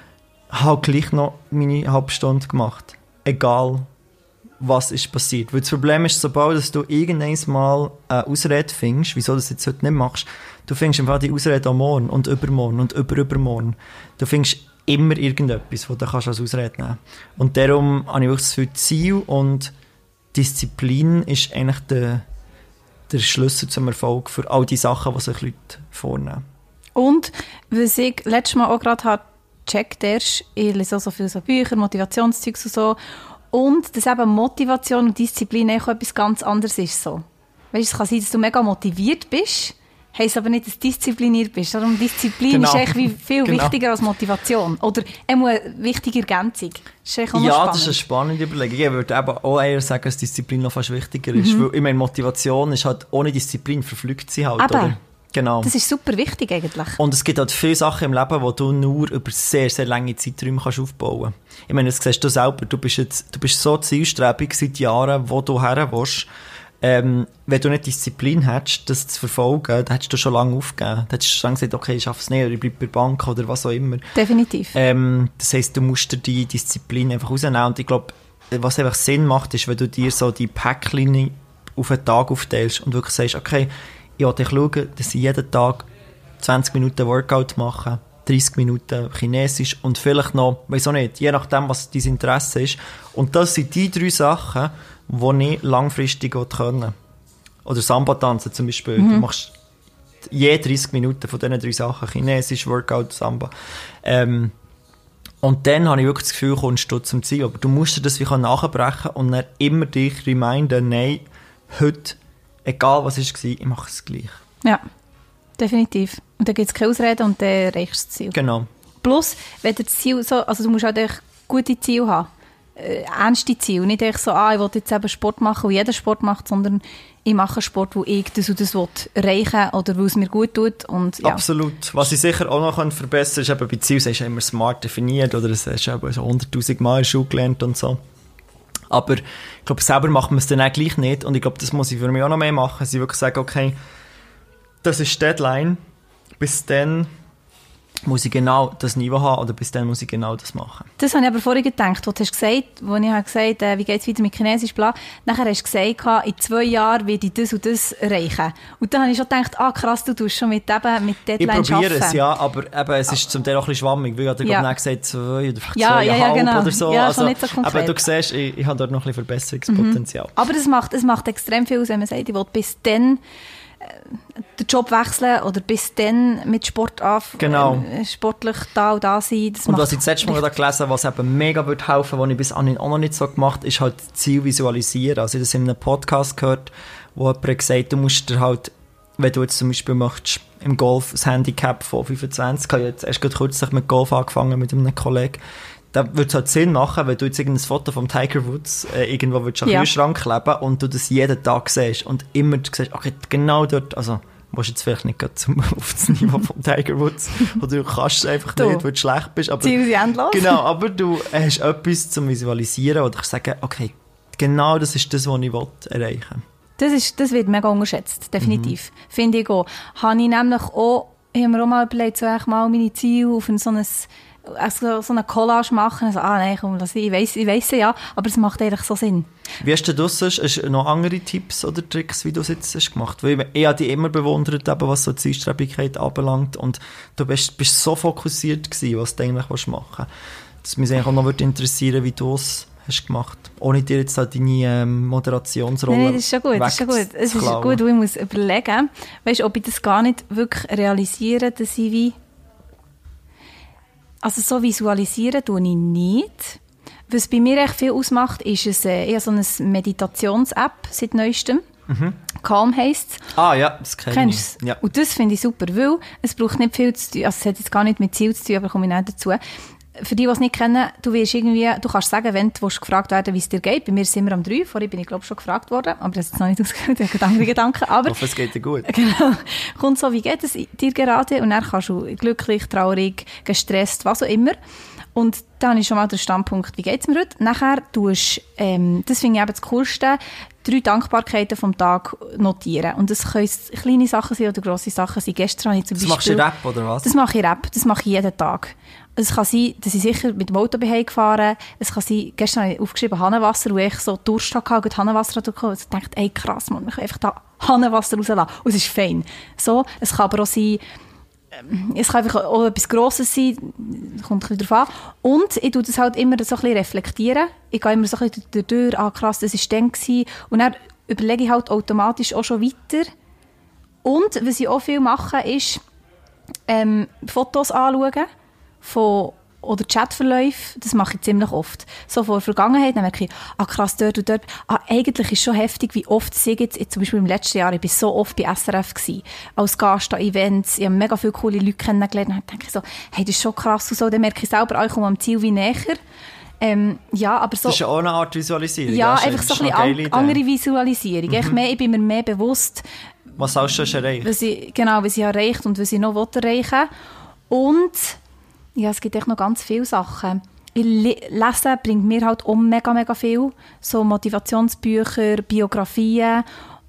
habe gleich noch meine halbe Stunde gemacht. Egal, was ist passiert. Weil das Problem ist, sobald dass du irgendwann mal eine Ausrede findest, wieso du das jetzt heute nicht machst, du findest einfach die Ausrede am Morgen und übermorgen und übermorgen. Du findest immer irgendetwas, das du kannst als Ausrede nehmen kannst. Und darum habe ich wirklich das Gefühl, Ziel und Disziplin ist eigentlich der Schlüssel zum Erfolg für all die Sachen, die sich Leute vornehmen. Und was ich letztes Mal auch gerade habe gecheckt, ich lese auch so viele so Bücher, Motivationszeugs und so, und dass eben Motivation und Disziplin auch etwas ganz anderes ist. So. Weißt, es kann sein, dass du mega motiviert bist, heisst aber nicht, dass du diszipliniert bist. Darum Disziplin ist eigentlich viel wichtiger als Motivation. Oder eine wichtige Ergänzung. Das ist auch ja, das ist eine spannende Überlegung. Ich würde eben auch eher sagen, dass Disziplin noch fast wichtiger ist. Weil, ich meine, Motivation ist halt, ohne Disziplin verflügt sie halt. Oder? Genau. Das ist super wichtig eigentlich. Und es gibt halt viele Sachen im Leben, die du nur über sehr, sehr lange Zeiträume kannst aufbauen kannst. Ich meine, das siehst du selber. Du bist so zielstrebig seit Jahren, wo du her willst. Wenn du nicht Disziplin hättest, das zu verfolgen, dann hättest du schon lange aufgegeben. Dann hättest du schon gesagt, okay, ich schaffe es nicht, oder ich bleibe bei der Bank, oder was auch immer. Definitiv. Das heisst, du musst dir die Disziplin einfach rausnehmen. Und ich glaube, was einfach Sinn macht, ist, wenn du dir so die Päckchen auf einen Tag aufteilst und wirklich sagst, okay, ich wollte schauen, dass ich jeden Tag 20 Minuten Workout mache, 30 Minuten Chinesisch und vielleicht noch, weiss auch nicht, je nachdem, was dein Interesse ist. Und das sind die 3 Sachen, die ich langfristig können. Oder Samba tanzen zum Beispiel. Du machst je 30 Minuten von diesen 3 Sachen, Chinesisch, Workout, Samba. Und dann habe ich wirklich das Gefühl, kommst du zum Ziel. Aber du musst dir das wie nachbrechen und dann immer dich reminden, nein, heute, egal was es war, ich mache es gleich. Ja, definitiv. Und dann gibt es keine Ausreden und dann erreichst du das Ziel. Genau. Plus, wenn du das Ziel so, also du musst auch gute Ziele haben. Ernste Ziele. Nicht echt so, ich will jetzt eben Sport machen, wie jeder Sport macht, sondern ich mache Sport, wo ich das und das erreichen will oder wo es mir gut tut. Und, ja. Absolut. Was ich sicher auch noch verbessern kann, ist eben bei Zielen, es ist immer smart definiert oder es hast du so 100'000 Mal in der Schule gelernt und so. Aber ich glaube, selber macht man es dann auch gleich nicht und ich glaube, das muss ich für mich auch noch mehr machen, dass ich wirklich sage, okay, das ist die Deadline, bis dann muss ich genau das Niveau haben oder bis dann muss ich genau das machen. Das habe ich aber vorhin gedacht, wo du hast gesagt, wo ich gesagt habe, wie geht es weiter mit Chinesisch, bla. Nachher hast du gesagt, in 2 Jahren werde ich das und das erreichen. Und dann habe ich schon gedacht, krass, du tust schon mit Deadline arbeiten. Ich probiere es, ja, aber eben, es ist zum Teil auch ein bisschen schwammig, weil ich habe ja gesagt, 2 oder 2,5 genau. oder so. Ja, also, nicht so konkret. Aber du siehst, ich habe dort noch ein bisschen Verbesserungspotenzial. Aber es macht extrem viel aus, wenn man sagt, ich will bis dann den Job wechseln oder bis dann mit Sport sportlich da und da sein. Das und was ich das letzte Mal gelesen habe, was eben mega helfen würde, was ich bis anhin auch noch nicht so gemacht habe, ist halt Ziel visualisieren. Also ich habe das in einem Podcast gehört, wo jemand gesagt hat, du musst dir halt, wenn du jetzt zum Beispiel möchtest, im Golf das Handicap von 25, ich habe jetzt erst kürzlich mit Golf angefangen mit einem Kollegen, da würde es halt Sinn machen, wenn du jetzt irgendein Foto von Tiger Woods irgendwo an den Kühlschrank kleben und du das jeden Tag siehst und immer siehst, okay, genau dort, also musst jetzt vielleicht nicht auf das Niveau von Tiger Woods oder du kannst es einfach nicht, weil du schlecht bist. Aber, Ziel sind endlos. Genau, aber du hast etwas zum Visualisieren oder ich sage, okay, genau das ist das, was ich erreichen will. Das wird mega unterschätzt, definitiv. Finde ich auch. Habe ich nämlich auch, ich habe mir auch mal überlegt, so ich mal meine Ziele auf so eine Collage machen. Also, nein, komm, ich weiss ja, aber es macht eigentlich so Sinn. Wie hast du sonst? Hast du noch andere Tipps oder Tricks, wie du es jetzt hast gemacht? Weil ich habe dich immer bewundert, eben, was so Zielstrebigkeit anbelangt und du bist so fokussiert gewesen, was du eigentlich machen willst. Das mich eigentlich auch noch interessieren, wie du es hast gemacht, ohne dir jetzt deine Moderationsrolle Nein, das ist schon gut. Es ist gut, weil ich muss überlegen, weißt, ob ich das gar nicht wirklich realisiere, dass ich wie also so visualisieren tue ich nicht. Was bei mir echt viel ausmacht, ist ich habe so eine Meditations-App seit Neuestem. Calm heisst es. Ja, das kenne ich. Ja. Und das finde ich super, weil es braucht nicht viel zu tun. Also es hat jetzt gar nicht mit Ziel zu tun, aber komme ich nicht dazu. Für die es nicht kennen, du kannst sagen, wenn du gefragt werden, wie es dir geht. Bei mir ist es immer um 3. Vorhin bin ich, glaube ich, schon gefragt worden. Aber das ist jetzt noch nicht ausgehört. Ich habe andere Gedanken. Aber, ich hoffe, es geht dir gut. Genau. Kommt so, wie geht es dir gerade? Und dann kannst du glücklich, traurig, gestresst, was auch immer. Und dann habe ich schon mal den Standpunkt, wie geht es mir heute? Nachher tust du, das finde ich eben das Coolste, 3 Dankbarkeiten vom Tag notieren. Und das können kleine Sachen sein oder grosse Sachen sein. Gestern habe ich zum Beispiel... Das machst du in App, oder was? Das mache ich in App. Das mache ich jeden Tag. Es kann sein, dass ich sicher mit dem Auto gefahren bin. Es kann sein, gestern habe ich aufgeschrieben Hahnenwasser, wo ich so Durst hatte und Hahnenwasser bekommen. Und ich dachte, ey krass, man, ich kann einfach da Hahnenwasser rauslassen. Und es ist fein. So, es kann aber auch sein, es kann einfach auch etwas Grosses sein, kommt ein bisschen drauf an. Und ich tue das halt immer so ein bisschen reflektieren. Ich gehe immer so ein bisschen durch, krass, das war dann gewesen. Und dann überlege ich halt automatisch auch schon weiter. Und was ich auch viel mache, ist Fotos anschauen oder Chatverläufe. Das mache ich ziemlich oft. So von der Vergangenheit, dann merke ich, krass, dort und dort. Eigentlich ist es schon heftig, wie oft ich jetzt zum Beispiel im letzten Jahr, ich war so oft bei SRF gewesen, als Gast an Events, ich habe mega viele coole Leute kennengelernt. Und dann denke ich so, hey, das ist schon krass und so. Dann merke ich selber, ich komme am Ziel wie näher. Ja, aber so, das ist auch eine Art Visualisierung. Ja, einfach so ein bisschen andere Visualisierung. Ich bin mir mehr bewusst, was auch schon erreicht. Was ich erreicht und was ich noch erreichen will. Und ja, es gibt echt noch ganz viele Sachen. Lesen bringt mir halt auch mega, mega viel. So Motivationsbücher, Biografien,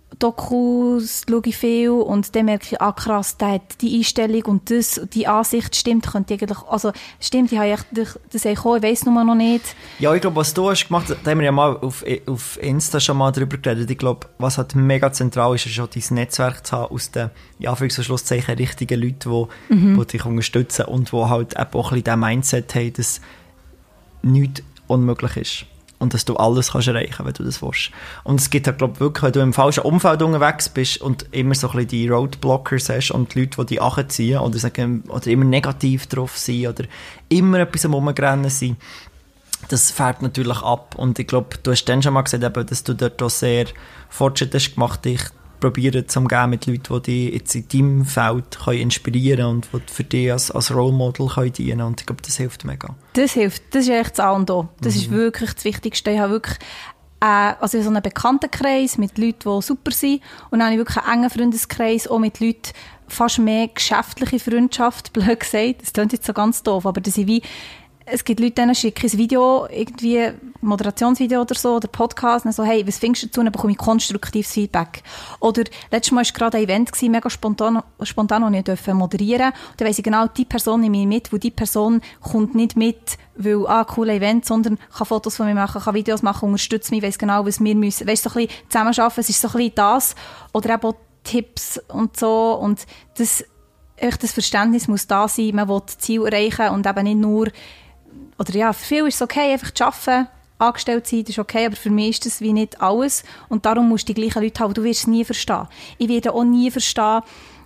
Dokus schaue ich viel und dann merke ich, krass, der hat die Einstellung und das, die Ansicht stimmt, könnte eigentlich, also stimmt, ich habe das eigentlich auch, ich weiss nur noch nicht. Ja, ich glaube, was du hast gemacht, da haben wir ja mal auf Insta schon mal drüber geredet, ich glaube, was halt mega zentral ist, ist schon dein Netzwerk zu haben aus den, ja, für so Schlusszeichen, richtigen Leuten, die dich unterstützen und die halt auch ein bisschen diesen Mindset haben, dass nichts unmöglich ist. Und dass du alles kannst erreichen, wenn du das willst. Und es gibt halt, glaube ich, wirklich, wenn du im falschen Umfeld unterwegs bist und immer so ein bisschen die Roadblockers hast und die Leute, die dich anziehen oder immer negativ drauf sind oder immer etwas am Rumrennen sind, das fährt natürlich ab. Und ich glaube, du hast dann schon mal gesagt, dass du dort auch sehr Fortschritte hast gemacht, dich probieren zu umgehen mit Leuten, die dich jetzt in deinem Feld inspirieren können und die für dich als Role Model dienen können. Und ich glaube, das hilft mega. Das hilft. Das ist echt das A und O. Das ist wirklich das Wichtigste. Ich habe wirklich also so einen Bekanntenkreis mit Leuten, die super sind. Und dann habe ich wirklich einen engen Freundeskreis, auch mit Leuten, fast mehr geschäftliche Freundschaft, blöd gesagt. Das klingt jetzt so ganz doof, aber das sind wie, es gibt Leute, denen schicke ich ein Video, irgendwie Moderationsvideo oder so, oder Podcast, und so, hey, was findest du dazu? Dann bekomme ich konstruktives Feedback. Oder letztes Mal war gerade ein Event, mega spontan, und ich durfte moderieren. Und dann weiss ich genau, die Person nehme ich mit, weil die Person kommt nicht mit, weil, cooles Event, sondern kann Fotos von mir machen, kann Videos machen, unterstützt mich, weiss genau, was wir müssen, weiss, so ein bisschen zusammenarbeiten, es ist so ein bisschen das. Oder eben auch Tipps und so. Und das Verständnis muss da sein, man will das Ziel erreichen und eben nicht nur, oder ja, für viele ist es okay, einfach zu arbeiten, angestellt zu sein, das ist okay, aber für mich ist das wie nicht alles. Und darum musst du die gleichen Leute haben, du wirst es nie verstehen. Ich werde auch nie verstehen,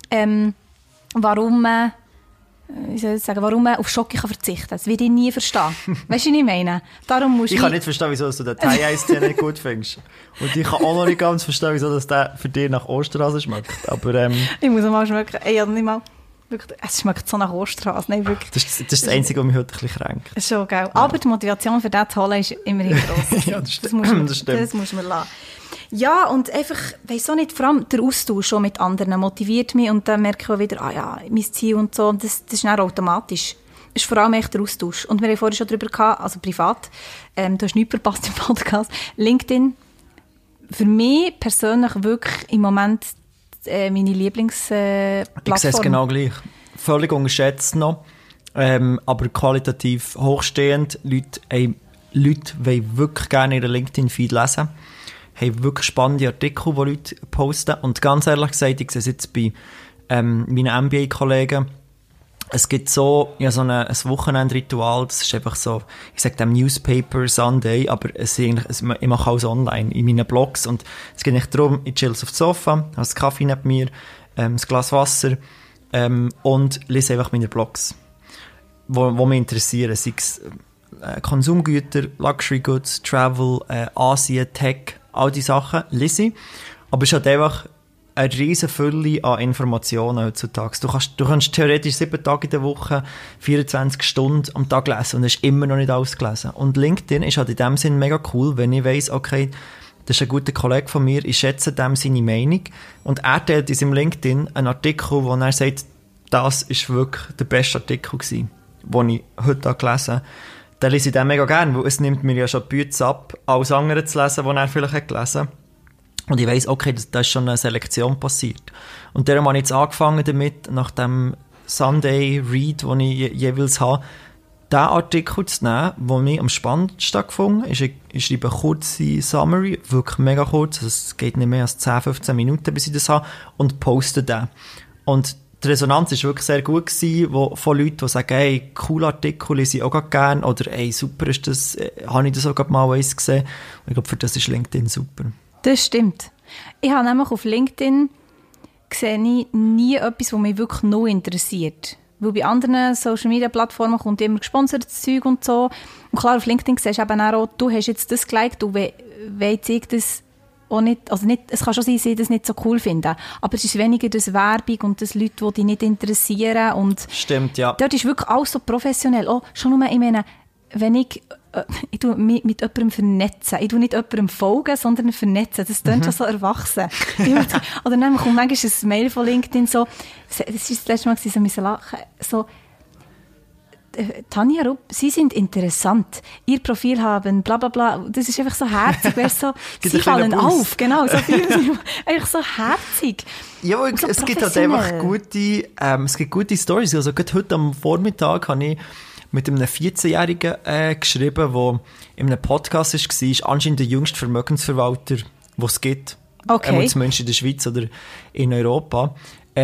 warum man auf Schoki verzichten kann. Das werde ich nie verstehen. Weißt du, was ich meine? Darum musst ich kann nicht verstehen, wieso du den Thai-Eistee nicht gut findest. Und ich kann auch noch nicht ganz verstehen, wieso das der für dich nach Osterhase schmeckt. Aber, ich muss mal schmecken. Nicht mal. Wirklich, es schmeckt so nach Osterhase. Nein, wirklich. Das ist das Einzige, was mich heute ein bisschen kränkt. Schon, gell? Ja. Aber die Motivation für das zu holen ist immerhin gross. Ja, das stimmt. Das muss man lassen. Ja, und einfach, weiss auch nicht, vor allem der Austausch schon mit anderen motiviert mich und dann merke ich auch wieder, mein Ziel und so, und das ist dann automatisch. Das ist vor allem echt der Austausch. Und wir haben vorhin schon darüber gehabt, also privat, du hast nichts verpasst im Podcast, LinkedIn, für mich persönlich wirklich im Moment meine Lieblingsplattform. Ich sehe es genau gleich. Völlig unterschätzt noch, aber qualitativ hochstehend. Leute wollen wirklich gerne ihren LinkedIn-Feed lesen, haben wirklich spannende Artikel, die Leute posten. Und ganz ehrlich gesagt, ich sehe es jetzt bei meinen MBA-Kollegen, es gibt so ein Wochenendritual, das ist einfach so, ich sage dem Newspaper Sunday, aber ich mache alles online in meinen Blogs und es geht nicht darum, ich chill aufs Sofa, habe einen Kaffee neben mir, ein Glas Wasser und lese einfach meine Blogs, wo mich interessieren, sei es Konsumgüter, Luxury Goods, Travel, Asien, Tech, all diese Sachen lese ich, aber es ist halt einfach eine riesen Fülle an Informationen heutzutage. Du kannst theoretisch 7 Tage in der Woche, 24 Stunden am Tag lesen und hast immer noch nicht alles gelesen. Und LinkedIn ist halt in dem Sinn mega cool, wenn ich weiss, okay, das ist ein guter Kollege von mir, ich schätze dem seine Meinung und er teilt in seinem LinkedIn einen Artikel, wo er sagt, das ist wirklich der beste Artikel gewesen, den ich heute gelesen habe. Dann lese ich den mega gerne, weil es nimmt mir ja schon die Bütze ab, alles andere zu lesen, was er vielleicht hat gelesen. Und ich weiss, okay, da ist schon eine Selektion passiert. Und darum habe ich jetzt angefangen damit, nach dem Sunday Read, den ich jeweils habe, diesen Artikel zu nehmen, der mich am spannendsten gefunden ist. Ich schreibe eine kurze Summary, wirklich mega kurz, also es geht nicht mehr als 10-15 Minuten, bis ich das habe, und poste den. Und die Resonanz war wirklich sehr gut gewesen, von Leuten, die sagen, hey, cooler Artikel, lese ich auch gerne, oder hey, super ist das, habe ich das auch mal eins gesehen. Und ich glaube, für das ist LinkedIn super. Das stimmt. Ich habe nämlich auf LinkedIn sehe ich nie etwas, was mich wirklich noch interessiert. Weil bei anderen Social-Media-Plattformen kommt immer gesponsertes Zeug und so. Und klar, auf LinkedIn siehst du eben auch, du hast jetzt das geliked, du weißt ich das auch nicht, also nicht, es kann schon sein, dass ich das nicht so cool finde, aber es ist weniger das Werbung und das Leute, die dich nicht interessieren. Und stimmt, ja. Dort ist wirklich alles so professionell. Oh, schon nur, ich meine, wenn ich tue mich mit jemandem vernetzen. Ich tue nicht jemandem folgen, sondern vernetzen. Das klingt schon so erwachsen. Oder dann kommt manchmal ein Mail von LinkedIn so, das war das letzte Mal, so müssen lachen, so, Tanja Rupp, Sie sind interessant. Ihr Profil haben, bla bla bla. Das ist einfach so herzig. So, Sie fallen auf. Genau, so viel. Einfach so herzig. Ja, so es gibt halt einfach gute Storys. Also gerade heute am Vormittag habe ich mit einem 14-Jährigen geschrieben, der in einem Podcast war, anscheinend der jüngste Vermögensverwalter, den es gibt. Okay. Zumindest in der Schweiz oder in Europa.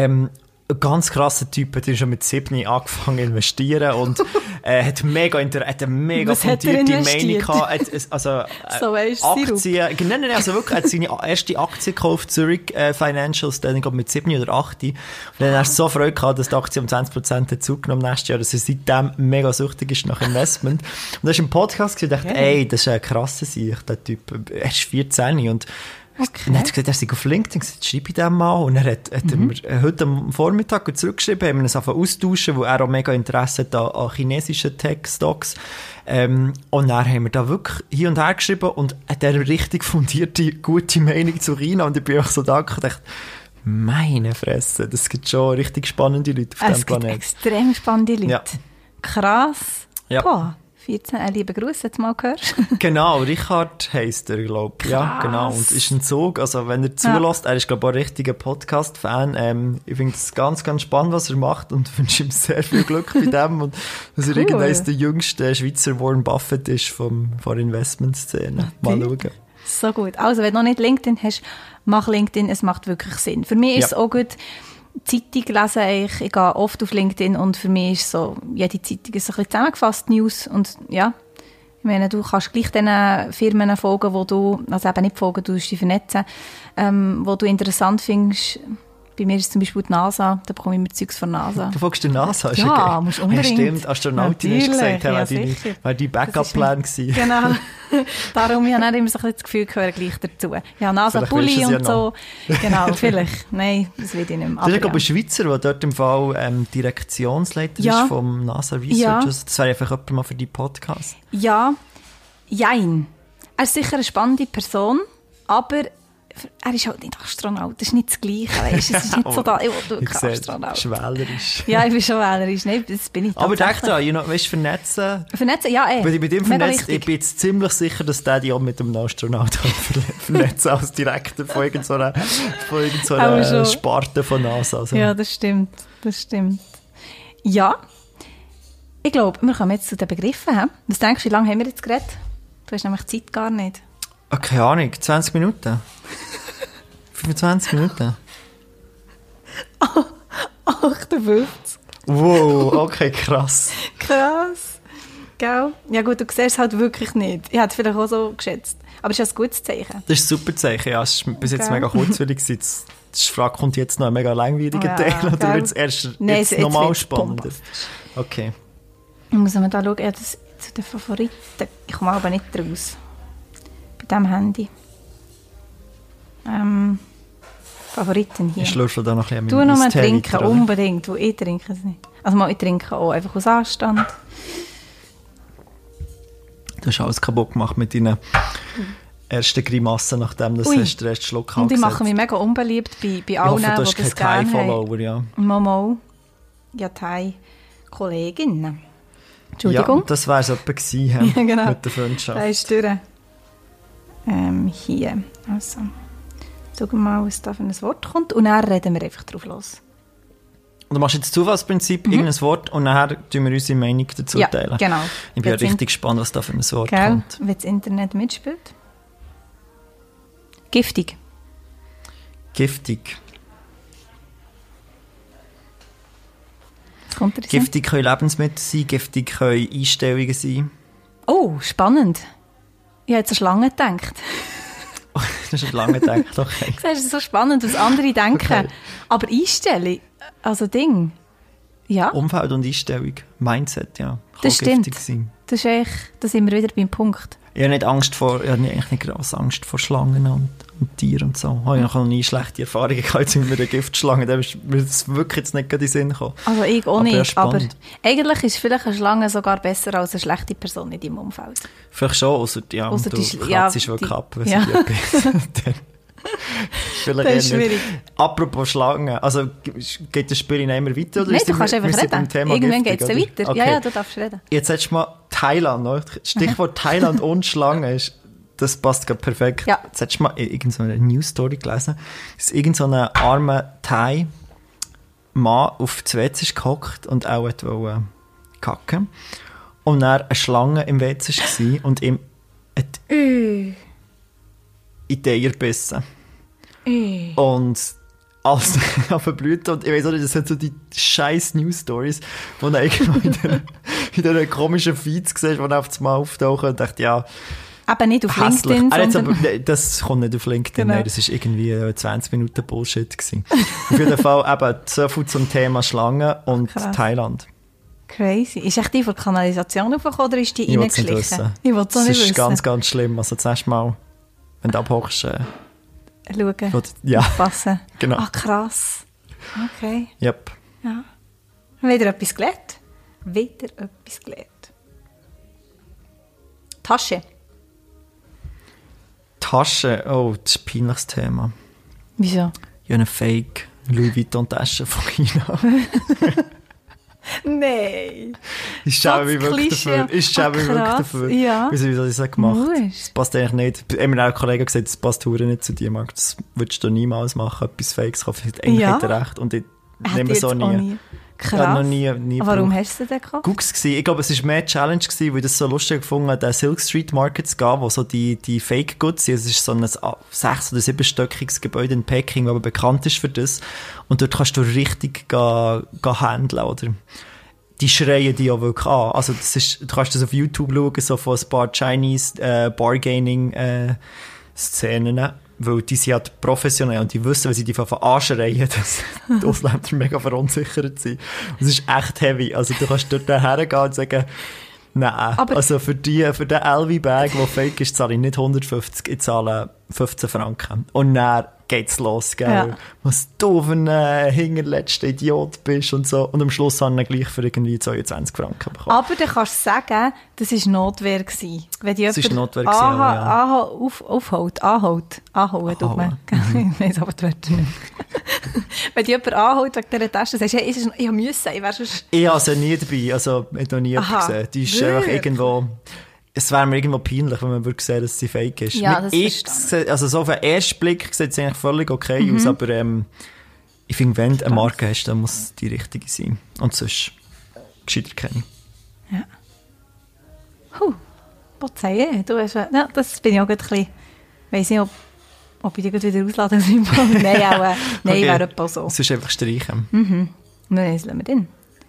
Ein ganz krasser Typ, der hat schon mit 7 angefangen zu investieren und hat eine mega fundierte Meinung gehabt. Also, so Aktien, nein, also wirklich, er hat seine erste Aktie gekauft, Zurich Financials, dann, ich glaube, mit 7 oder 8. Und dann hast du so Freude gehabt, dass die Aktie um 20% zugenommen nächstes Jahr, dass er seitdem mega süchtig ist nach Investment. Und da ist im Podcast gesagt, ey, das ist ein krasser Sieg, der Typ. Er ist 14 und dann hat er gesagt, er sei auf LinkedIn, gesagt, schreibe ich dem mal. Und er hat mir heute am Vormittag zurückgeschrieben, haben wir uns einfach austauschen, wo er auch mega Interesse hat an chinesischen Tech-Stocks. Und dann haben wir da wirklich hier und her geschrieben und hat eine richtig fundierte, gute Meinung zu China. Und ich bin auch so dankbar, ich dachte, meine Fresse, das gibt schon richtig spannende Leute auf diesem Planeten. Es gibt extrem spannende Leute. Ja. Krass. Ja. Boah. 14, liebe Grüße, jetzt mal gehört. Genau, Richard heisst er, glaube ich. Ja, genau. Und ist ein Zug, also wenn er zulässt, er ist, glaube ich, auch ein richtiger Podcast-Fan. Ich finde es ganz, ganz spannend, was er macht und wünsche ihm sehr viel Glück bei dem und dass er irgendwann der jüngste Schweizer Warren Buffett ist von der Investmentszene. Mal schauen. So gut. Also, wenn du noch nicht LinkedIn hast, mach LinkedIn, es macht wirklich Sinn. Für mich ist es auch gut, Zeitung lesen, ich gehe oft auf LinkedIn und für mich ist so, jede Zeitung ist so ein bisschen zusammengefasst, News und ja, ich meine, du kannst gleich den Firmen folgen, wo du, also eben nicht folgen, du musst dich vernetzen, wo du interessant findest. Bei mir ist es zum Beispiel die NASA, da bekomme ich mir Zeugs von NASA. Du folgst der NASA? Ja, okay. Musst unbedingt. Ja, stimmt, Astronautin hast du gesagt, war dein Backup-Plan gewesen. Genau. Darum habe ich immer so ein das Gefühl, gehöre gleich dazu. Ja, NASA-Pulli und so. Genau, vielleicht. Nein, das will ich nicht mehr. Das ist, glaube ich, ein Schweizer, der dort im Fall Direktionsleiter ist vom NASA Research. Ja. Das wäre einfach jemand mal für die Podcast. Ja, jein. Er ist sicher eine spannende Person, aber er ist halt nicht Astronaut, das ist nicht das Gleiche, weißt? Es ist nicht so da, ich will wirklich Astronaut. Du bist wählerisch. Ja, ich bin schon wählerisch, nein, das bin ich aber denk da, weißt du, vernetzen? Vernetzen, ja, Wenn ich mit ihm vernetzt, ich bin jetzt ziemlich sicher, dass der dich auch mit einem Astronaut vernetzen als Direktor von irgendeiner Sparte von NASA. Also. Ja, das stimmt. Ja, ich glaube, wir kommen jetzt zu den Begriffen. Was denkst du, wie lange haben wir jetzt geredet? Du hast nämlich Zeit gar nicht. Keine Ahnung, 20 Minuten? 25 Minuten? 58. Wow, okay, krass. Krass. Gell? Ja gut, du siehst es halt wirklich nicht. Ich hätte es vielleicht auch so geschätzt. Aber es ist ein gutes Zeichen. Das ist ein super Zeichen, ja. Es war bis jetzt mega kurzweilig. Die Frage kommt jetzt noch ein mega langweiliger Teil oder wird es erst jetzt nochmal spannender? Okay. Ich muss mal da schauen, ja, das zu den Favoriten. Ich komme aber nicht raus. Bei diesem Handy. Favoriten hier. Ich schlürfe da noch ein bisschen Du noch mal trinken, unbedingt. Wo ich trinke es nicht. Also mal, ich trinke auch einfach aus Anstand. Du hast alles kaputt gemacht mit deinen ersten Grimassen, nachdem du den ersten Schluck hast. Und die machen mich mega unbeliebt bei allen, die das gerne haben. Ja. Mal. Ja, Thai-Kolleginnen. Entschuldigung. Ja, das wäre es etwa gewesen, ja, genau. Mit der Freundschaft. Da ist durch. Hier. Also. Schauen wir mal, was da für ein Wort kommt. Und dann reden wir einfach drauf los. Und du machst jetzt das Zufallsprinzip, irgendein Wort, und nachher tun wir unsere Meinung dazu teilen. Genau. Ich bin ja richtig gespannt, was da für ein Wort Gell, kommt. wenn das Internet mitspielt. Giftig. Giftig. Was kommt dir in den Sinn? Giftig können Lebensmittel sein, giftig können Einstellungen sein. Oh, spannend. Ich habe jetzt an Schlangen gedacht. Das ist lange gedacht, okay. Das ist so spannend, was andere denken. Okay. Aber Einstellung, also Ding, ja, Umfeld und Einstellung, Mindset, ja. Kann das stimmt. giftig sein. Das ist echt, da sind wir wieder beim Punkt. Ich habe eigentlich nicht gross Angst vor Schlangen und Tieren und so. Ich habe noch nie schlechte Erfahrungen gehabt mit einer Giftschlange. Da ist mir das wirklich jetzt nicht gerade in den Sinn gekommen. Also ich auch Aber ja, nicht, aber spannend. eigentlich ist vielleicht eine Schlange sogar besser als eine schlechte Person in deinem Umfeld. Vielleicht schon, außer du kratzt wirklich ab, wenn ja. sie dir beißt. Dann vielleicht Das ist eher nicht. schwierig. Apropos Schlangen, also geht das Spiel nicht immer weiter? Oder Nein, sind du kannst wir- einfach wir sind beim reden. Thema Irgendwann giftig, geht es dann oder? weiter. Okay. Ja, du darfst reden. Jetzt hättest du mal Thailand, oder? Stichwort Thailand und Schlangen ist, das passt gerade perfekt. Ja. Jetzt hättest du mal irgendeine News-Story gelesen, dass irgend so ein armer Thai-Mann auf das WC ist gehockt und auch wollte kacken. Und dann eine Schlange im WC war und ihm hat in die Eier gebissen. Und alles verblüht. Und ich weiss auch nicht, das sind so die scheiß News-Stories, die dann irgendwo in dieser komischen Feeds siehst, die dann auf das Mal auftauchen und dachte, ja, Eben nicht auf hässlich. LinkedIn, Jetzt sondern... aber, das kommt nicht auf LinkedIn, Genau. nein, das ist irgendwie 20 Minuten Bullshit gewesen. Auf jeden Fall eben so viel zum Thema Schlangen und Krass. Thailand. Crazy. Ist echt die von der Kanalisation aufgekommen oder ist die Ich will es nicht reingeschlichen? wissen. Ich will es auch Das nicht ist wissen. ganz, ganz schlimm. Also das erste Mal, wenn du abhockst, Schauen, ja, aufpassen. genau. Ah, krass. Okay, Yep. ja. Wieder etwas gelernt. Wieder etwas gelernt. Tasche. Tasche, oh, das ist ein peinliches Thema. Wieso? Ich habe eine Fake Louis Vuitton Tasche von China. Nein. Ich schäme mich das wirklich Klischee. dafür. Ich schäme mich wirklich krass, dafür. ja. Wieso habe ich das gemacht? Musst. Das passt eigentlich nicht. Ich habe mir auch ein Kollege gesagt, das passt verdammt nicht zu dir, Marc. Das würdest du niemals machen, etwas Fakes kaufen. Eigentlich Ja. hat er recht. Und ich Hätte nehme ich so jetzt auch nie. Krass. Ich habe noch nie Aber warum gebraucht. hast du den gekauft? Guck's gsi. Ich glaube, es war mehr Challenge gewesen, weil ich das so lustig gefunden habe, den Silk Street Market zu gehen, wo so die Fake Goods sind. Es ist so ein 6- oder 7-stöckiges Gebäude in Peking, das aber bekannt ist für das. Und dort kannst du richtig handeln, oder? Die schreien die ja wirklich an. Also das ist, du kannst das auf YouTube schauen, so von ein paar Chinese Bargaining Szenen, weil die sind halt professionell und die wissen, wenn sie die von anschreien, dass die Ausländer mega verunsichert sind. Und es ist echt heavy. Also du kannst dort hergehen und sagen, nein, Aber- also für den LV-Bag, der fake ist, zahle ich nicht 150, ich zahle 15 Franken. Und dann geht's los, gell? Ja. Was du für ein hinterletzter Idiot bist und so. Und am Schluss haben wir gleich für irgendwie 22 Franken bekommen. Aber dann kannst du sagen, das war Notwehr gewesen. Wenn die Es ist jemand Notwehr gewesen, aber ja. anholt, tut man. Ich weiss aber die Wörter nicht. Wenn die jemand anholt wegen dieser Tasche, sagst du, hey, ich musste, ich wäre sonst... Ich habe sie nie dabei, also ich habe noch nie Aha, gesehen. Die ist einfach wirklich? irgendwo... Es wäre mir irgendwo peinlich, wenn man würde sehen, dass sie fake ist. Ja, das ich verstehe sehe, also so auf den ersten Blick sieht es eigentlich völlig okay aus, aber ich finde, wenn du eine Marke hast, dann muss die richtige sein. Und sonst gescheiter keine. Ja. Was sagen? Du hast, ja, das bin ich auch gerade ein bisschen... Ich weiss nicht, ob ich dich gerade wieder ausladen soll. Nein, auch, nein, Okay. wäre etwa so. Sonst einfach streichen. Nein, das lassen wir drin.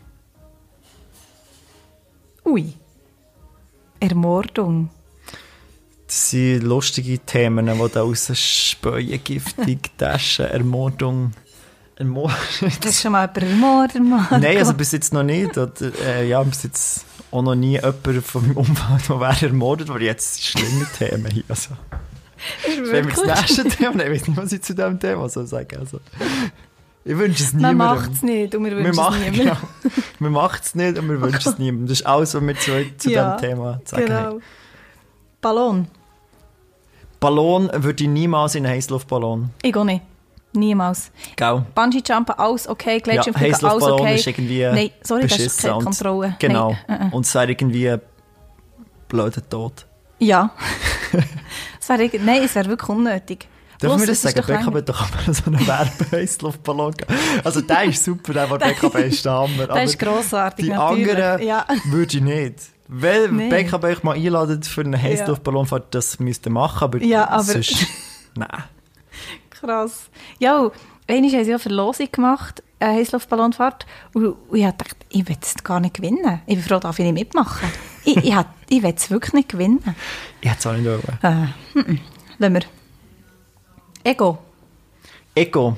Ui. Ermordung. Das sind lustige Themen, die da rausspähen. Giftig, Taschen, Ermordung. Hast du schon mal jemanden ermordet? Nein, also bis jetzt noch nicht. Oder, ja, bis jetzt auch noch nie jemand von meinem Umfeld, der wäre ermordet, aber jetzt schlimme Themen hier. Also, das wäre mir das nächste Thema. Nein, ich weiß nicht, was ich zu diesem Thema soll sagen. Also, ich wünsche es Man niemandem. macht es nicht und wir wünschen es niemandem. Genau. Wir machen es nicht und wir wünschen es niemandem. Das ist alles, was wir zu Ja, diesem Thema zu sagen haben. Genau. Ballon. Ballon würde ich niemals in einen Heißluftballon. Ich auch nicht. Niemals. Gell? Bungee-Jumpen, alles okay. Ja, Gletschirmfliegen, alles Heißluftballon okay. ist irgendwie Nein, sorry, das ist beschissen keine und- Kontrolle. Genau. Nein, Und es wäre irgendwie ein blöder Tod. Ja. Es wäre wirklich unnötig. Dürfen wir Plus, das es ist sagen? doch BKB, da kann man so einen Werbe-Heißluftballon geben. Also der ist super, der BKB ist der Hammer. Der ist grossartig, die natürlich. anderen Ja. würde ich nicht. Wenn Nee. BKB euch mal einladet für eine Heißluftballonfahrt, das müsst ihr machen, aber, aber sonst... Nein. Krass. Ja, einmal haben sie ja Verlosung gemacht, eine Heißluftballonfahrt. Und ich habe gedacht, ich will es gar nicht gewinnen. Ich bin froh, darf ich nicht mitmachen. ich will es wirklich nicht gewinnen. Ich hätte es auch nicht wollen. Lassen wir. Ego. Ego.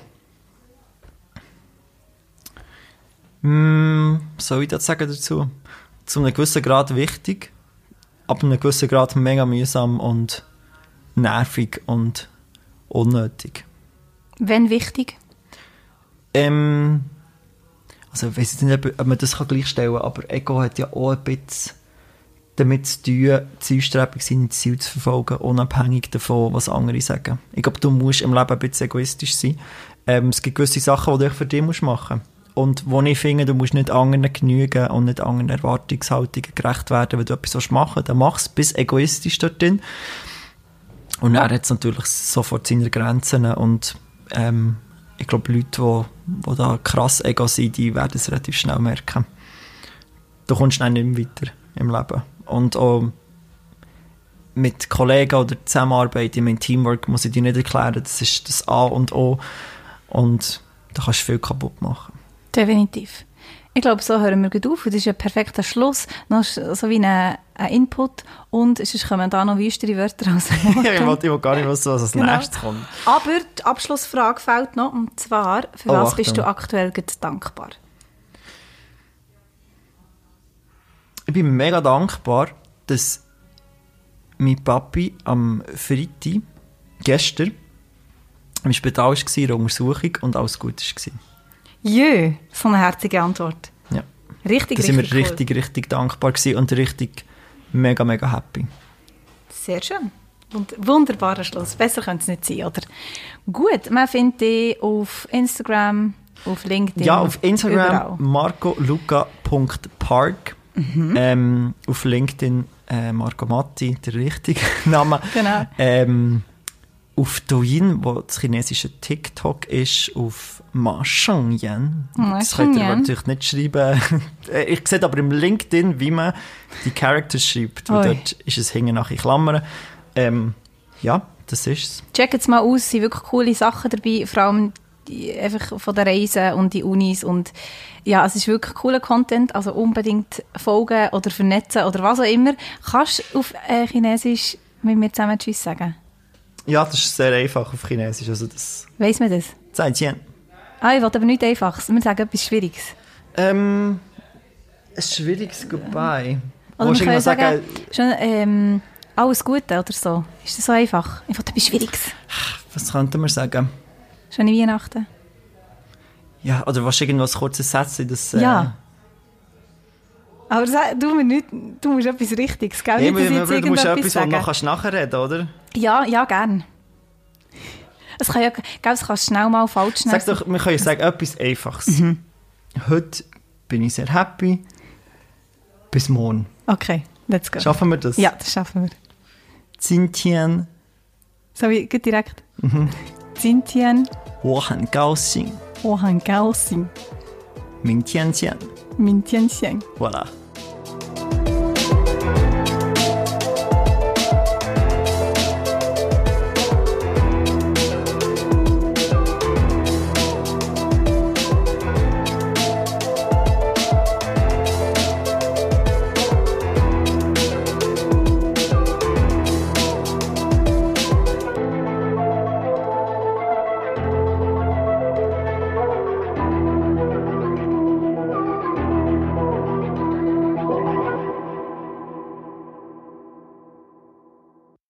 Soll ich das sagen dazu? Zu einem gewissen Grad wichtig, ab einem gewissen Grad mega mühsam und nervig und unnötig. Wenn wichtig? Also ich weiss nicht, ob man das gleichstellen kann, aber Ego hat ja auch ein bisschen damit zu tun, zielstrebig sein, Ziel zu verfolgen, unabhängig davon, was andere sagen. Ich glaube, du musst im Leben ein bisschen egoistisch sein. Es gibt gewisse Sachen, die du für dich machen musst. Und wo ich finde, du musst nicht anderen genügen und nicht anderen Erwartungshaltungen gerecht werden, wenn du etwas machen willst, dann mach es, bist egoistisch dort drin. Und er hat natürlich sofort seine Grenzen und ich glaube, Leute, die da krass Ego sind, die werden es relativ schnell merken. Du kommst schnell nicht mehr weiter im Leben. Und auch mit Kollegen oder Zusammenarbeit, in meinem Teamwork, muss ich dir nicht erklären, das ist das A und O. Und da kannst du viel kaputt machen. Definitiv. Ich glaube, so hören wir gut auf. Das ist ein perfekter Schluss. Noch so wie ein Input. Und sonst kommen da noch wüstere Wörter aus dem Mund. Ich will gar nicht wissen, was als nächstes kommt. Aber die Abschlussfrage fehlt noch. Und zwar, für was bist du aktuell dankbar? Ich bin mega dankbar, dass mein Papi am Freitag, gestern, im Spital war, in der Untersuchung und alles gut war. Jö, so eine herzige Antwort. Ja. Richtig, da sind wir richtig cool. richtig dankbar gewesen und richtig mega happy. Sehr schön. Und wunderbarer Schluss. Besser könnte es nicht sein, oder? Gut, man findet dich auf Instagram, auf LinkedIn. Ja, auf Instagram überall. marcoluca.park. Auf LinkedIn Marco Matti, der richtige Name. Genau. Auf Douyin, wo das chinesische TikTok ist, auf Ma Shengyan. Das könnt ihr natürlich nicht schreiben. Ich sehe aber im LinkedIn, wie man die Characters schreibt. Und dort ist es hinten nach in Klammern. Ja, das ist es. Checkt es mal aus, es sind wirklich coole Sachen dabei, vor allem einfach von den Reisen und die Unis. Und ja, es ist wirklich cooler Content, also unbedingt folgen oder vernetzen oder was auch immer. Kannst du auf Chinesisch mit mir zusammen Tschüss sagen? Ja, das ist sehr einfach auf Chinesisch. Also das Weiss man das? Zaijian. Ich will aber nichts Einfaches. Wir sagen etwas Schwieriges. Ein schwieriges Goodbye. Oder wir können sagen, schon, alles Gute oder so. Ist das so einfach? Ich will etwas Schwieriges. Was könnten wir sagen? Schöne Weihnachten. Ja, oder was irgendwas kurzes Sätzchen, das... Ja. Aber du musst etwas Richtiges, gell? Ja, Nicht, dass ich du musst etwas, sagen. was du noch nachreden, oder? Ja, gern. Es kann ja, gell, es kannst schnell mal falsch nehmen. Sag doch, wir können sagen, etwas Einfaches. Heute bin ich sehr happy. Bis morgen. Okay, let's go. Schaffen wir das? Ja, das schaffen wir. Zintien. So wie geht direkt. Zintien. 我很高兴. 我很高兴. 明天见. 明天见. Voilà.